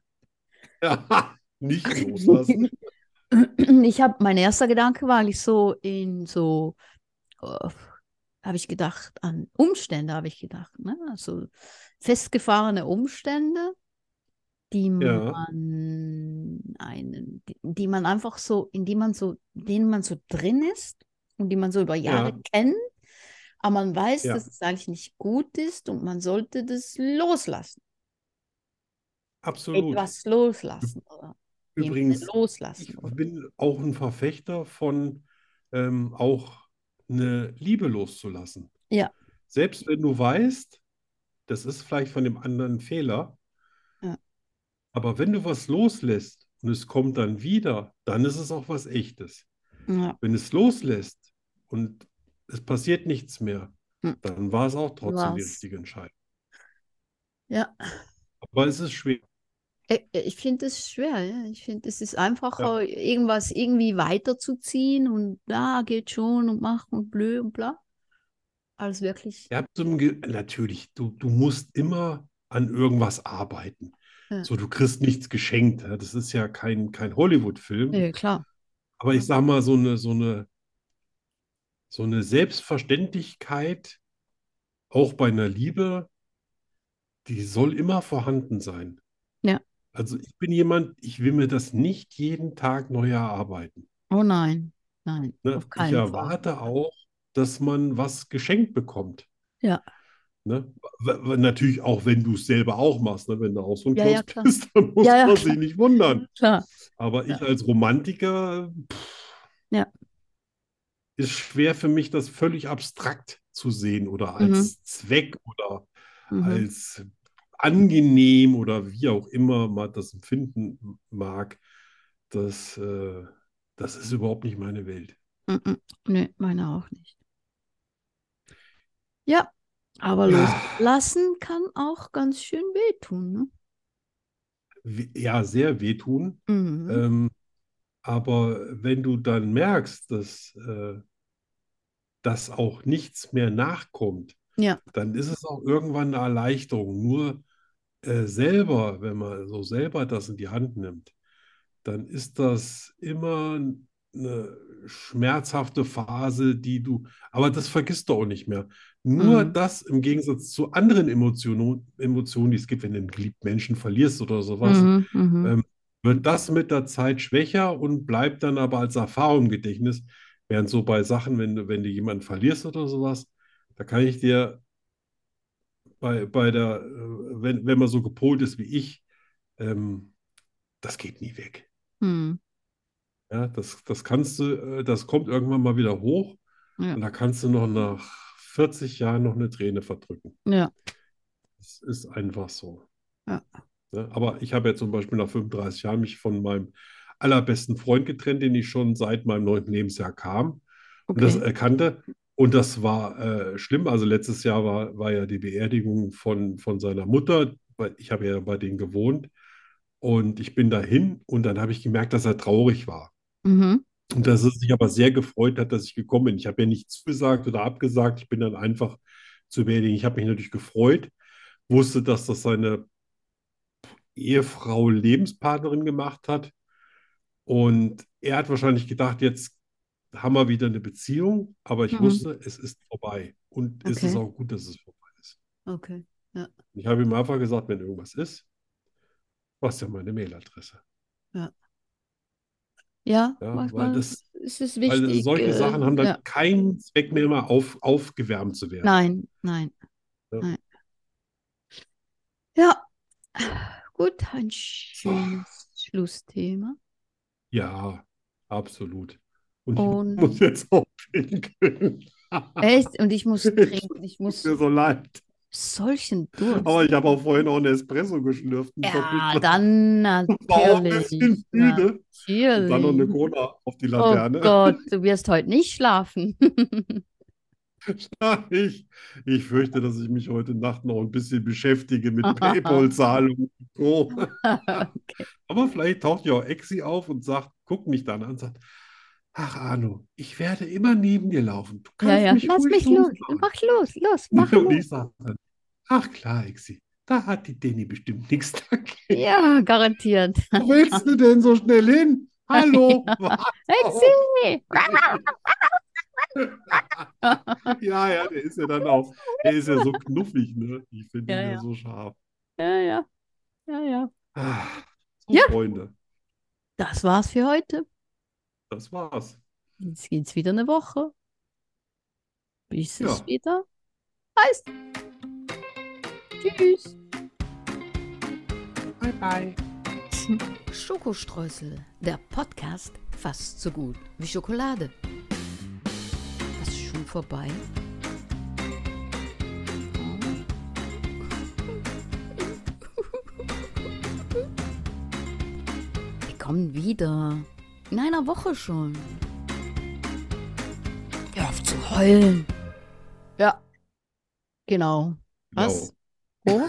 Ja, nicht loslassen. Ich habe, mein erster Gedanke war eigentlich so in so, oh, habe ich gedacht, an Umstände habe ich gedacht, ne? Also festgefahrene Umstände, die Ja, man einen, die, die man einfach so, in die man so, in denen man so drin ist und die man so über Jahre ja, kennt, aber man weiß, dass ja, es eigentlich nicht gut ist und man sollte das loslassen. absolut. Etwas loslassen oder jemanden Übrigens, loslassen ich oder bin auch ein Verfechter von ähm, auch eine Liebe loszulassen. ja, Selbst wenn du weißt, das ist vielleicht von dem anderen ein Fehler, ja, aber wenn du was loslässt und es kommt dann wieder, dann ist es auch was Echtes. ja. Wenn es loslässt und es passiert nichts mehr, Hm. dann war es auch trotzdem die Was? richtige Entscheidung. Ja. Aber es ist schwer. Äh, äh, Ich finde es schwer, ja. Ich finde, es ist Ja. einfacher, irgendwas irgendwie weiterzuziehen und da geht schon und mach und blö und bla, als wirklich. Ihr habt so ein Ge- natürlich, du, du musst immer an irgendwas arbeiten. Ja, So, du kriegst nichts geschenkt. Ja. Das ist ja kein, kein Hollywood-Film. ja, klar. Aber ich sag mal, so eine, so eine, so eine Selbstverständlichkeit, auch bei einer Liebe, die soll immer vorhanden sein. Ja. Also ich bin jemand, ich will mir das nicht jeden Tag neu erarbeiten. Oh nein, nein, Ne? auf Ich keinen Fall. erwarte auch, dass man was geschenkt bekommt. Ja, Ne? W- w- Natürlich auch, wenn du es selber auch machst. Ne? Wenn du auch so ein ja, ja, Klotz klar. bist, dann muss Ja, ja, man klar. sich nicht wundern. Klar. Aber ich Ja, als Romantiker, pff, ja. ist schwer für mich, das völlig abstrakt zu sehen oder Mhm. als Zweck oder Mhm. als angenehm oder wie auch immer man das empfinden mag. Das, äh, das ist überhaupt nicht meine Welt. Mhm. Nee, meine auch nicht. Ja, aber Ja, loslassen kann auch ganz schön wehtun, ne? we- ja, sehr wehtun. Mhm. Ähm, aber wenn du dann merkst, dass, äh, dass auch nichts mehr nachkommt, Ja. dann ist es auch irgendwann eine Erleichterung. Nur äh, selber, wenn man so selber das in die Hand nimmt, dann ist das immer eine schmerzhafte Phase, die du, aber das vergisst du auch nicht mehr. Nur Mhm. das im Gegensatz zu anderen Emotionen, Emotionen, die es gibt, wenn du einen geliebten Menschen verlierst oder sowas, Mhm. Mhm. ähm, wird das mit der Zeit schwächer und bleibt dann aber als Erfahrung im Gedächtnis. Während so bei Sachen, wenn du, wenn du jemanden verlierst oder sowas, da kann ich dir bei, bei der, äh, wenn, wenn man so gepolt ist wie ich, ähm, das geht nie weg. Mhm. Ja, das, das kannst du, äh, das kommt irgendwann mal wieder hoch Ja. und da kannst du noch nach vierzig Jahren noch eine Träne verdrücken. Ja. Das ist einfach so. Ja. Ne? Aber ich habe ja zum Beispiel nach fünfunddreißig Jahren mich von meinem allerbesten Freund getrennt, den ich schon seit meinem neunten Lebensjahr kam und das Okay. erkannte. Und das war äh, schlimm. Also letztes Jahr war, war ja die Beerdigung von, von seiner Mutter, weil ich habe ja bei denen gewohnt. Und ich bin dahin und dann habe ich gemerkt, dass er traurig war. Mhm. Und dass er sich aber sehr gefreut hat, dass ich gekommen bin. Ich habe ja nichts zugesagt oder abgesagt. Ich bin dann einfach zu beerdigen. Ich habe mich natürlich gefreut, wusste, dass das seine Ehefrau, Lebenspartnerin gemacht hat. Und er hat wahrscheinlich gedacht, jetzt haben wir wieder eine Beziehung. Aber ich Mhm. wusste, es ist vorbei. Und es ist Okay. auch gut, dass es vorbei ist. Okay. Ja. Und ich habe ihm einfach gesagt, wenn irgendwas ist, du hast ja meine Mailadresse. Ja. Ja, Ja, weil manchmal das, ist es weil wichtig. solche Äh, Sachen haben dann ja. keinen Zweck mehr, mal auf, aufgewärmt zu werden. Nein, nein, Ja. nein. Ja, gut, ein schönes Schlussthema. Ja, absolut. Und ich muss Und jetzt auch pinkeln. echt, und ich muss Es trinken, ich tut muss mir so leid. solchen Durst. Aber ich habe auch vorhin auch einen Espresso geschlürft. Und Ja, ich dann war auch ein natürlich, bisschen müde. Und dann noch eine natürlich. Cola auf die Oh Laterne. Gott, du wirst heute nicht schlafen. Ich, ich fürchte, dass ich mich heute Nacht noch ein bisschen beschäftige mit PayPal-Zahlungen und Co. Okay. Aber vielleicht taucht ja auch Exi auf und sagt, guckt mich dann an und sagt, ach Arno, ich werde immer neben dir laufen. Du Ja, kannst ja, mich lass ruhig mich los. losfahren. Mach los, los, mach Und los. ich sage dann, ach klar, Exi, da hat die Deni bestimmt nichts dagegen. Ja, garantiert. Wo willst du denn so schnell hin? Hallo, warte auf Exi! mich. Ja, ja, der ist ja dann auch, der ist ja so knuffig, ne? Ich finde Ja, ihn ja ja, so scharf. ja, ja, ja, ja. Ah, so, Ja, Freunde, das war's für heute. das war's. Jetzt geht's wieder eine Woche, bis es Ja, wieder heißt. Tschüss. bye bye. Schokostreusel, der Podcast fast so gut wie Schokolade. Was ist schon vorbei? Wir kommen wieder. In einer Woche schon. Hör auf zu heulen. Ja, genau. Was? Genau.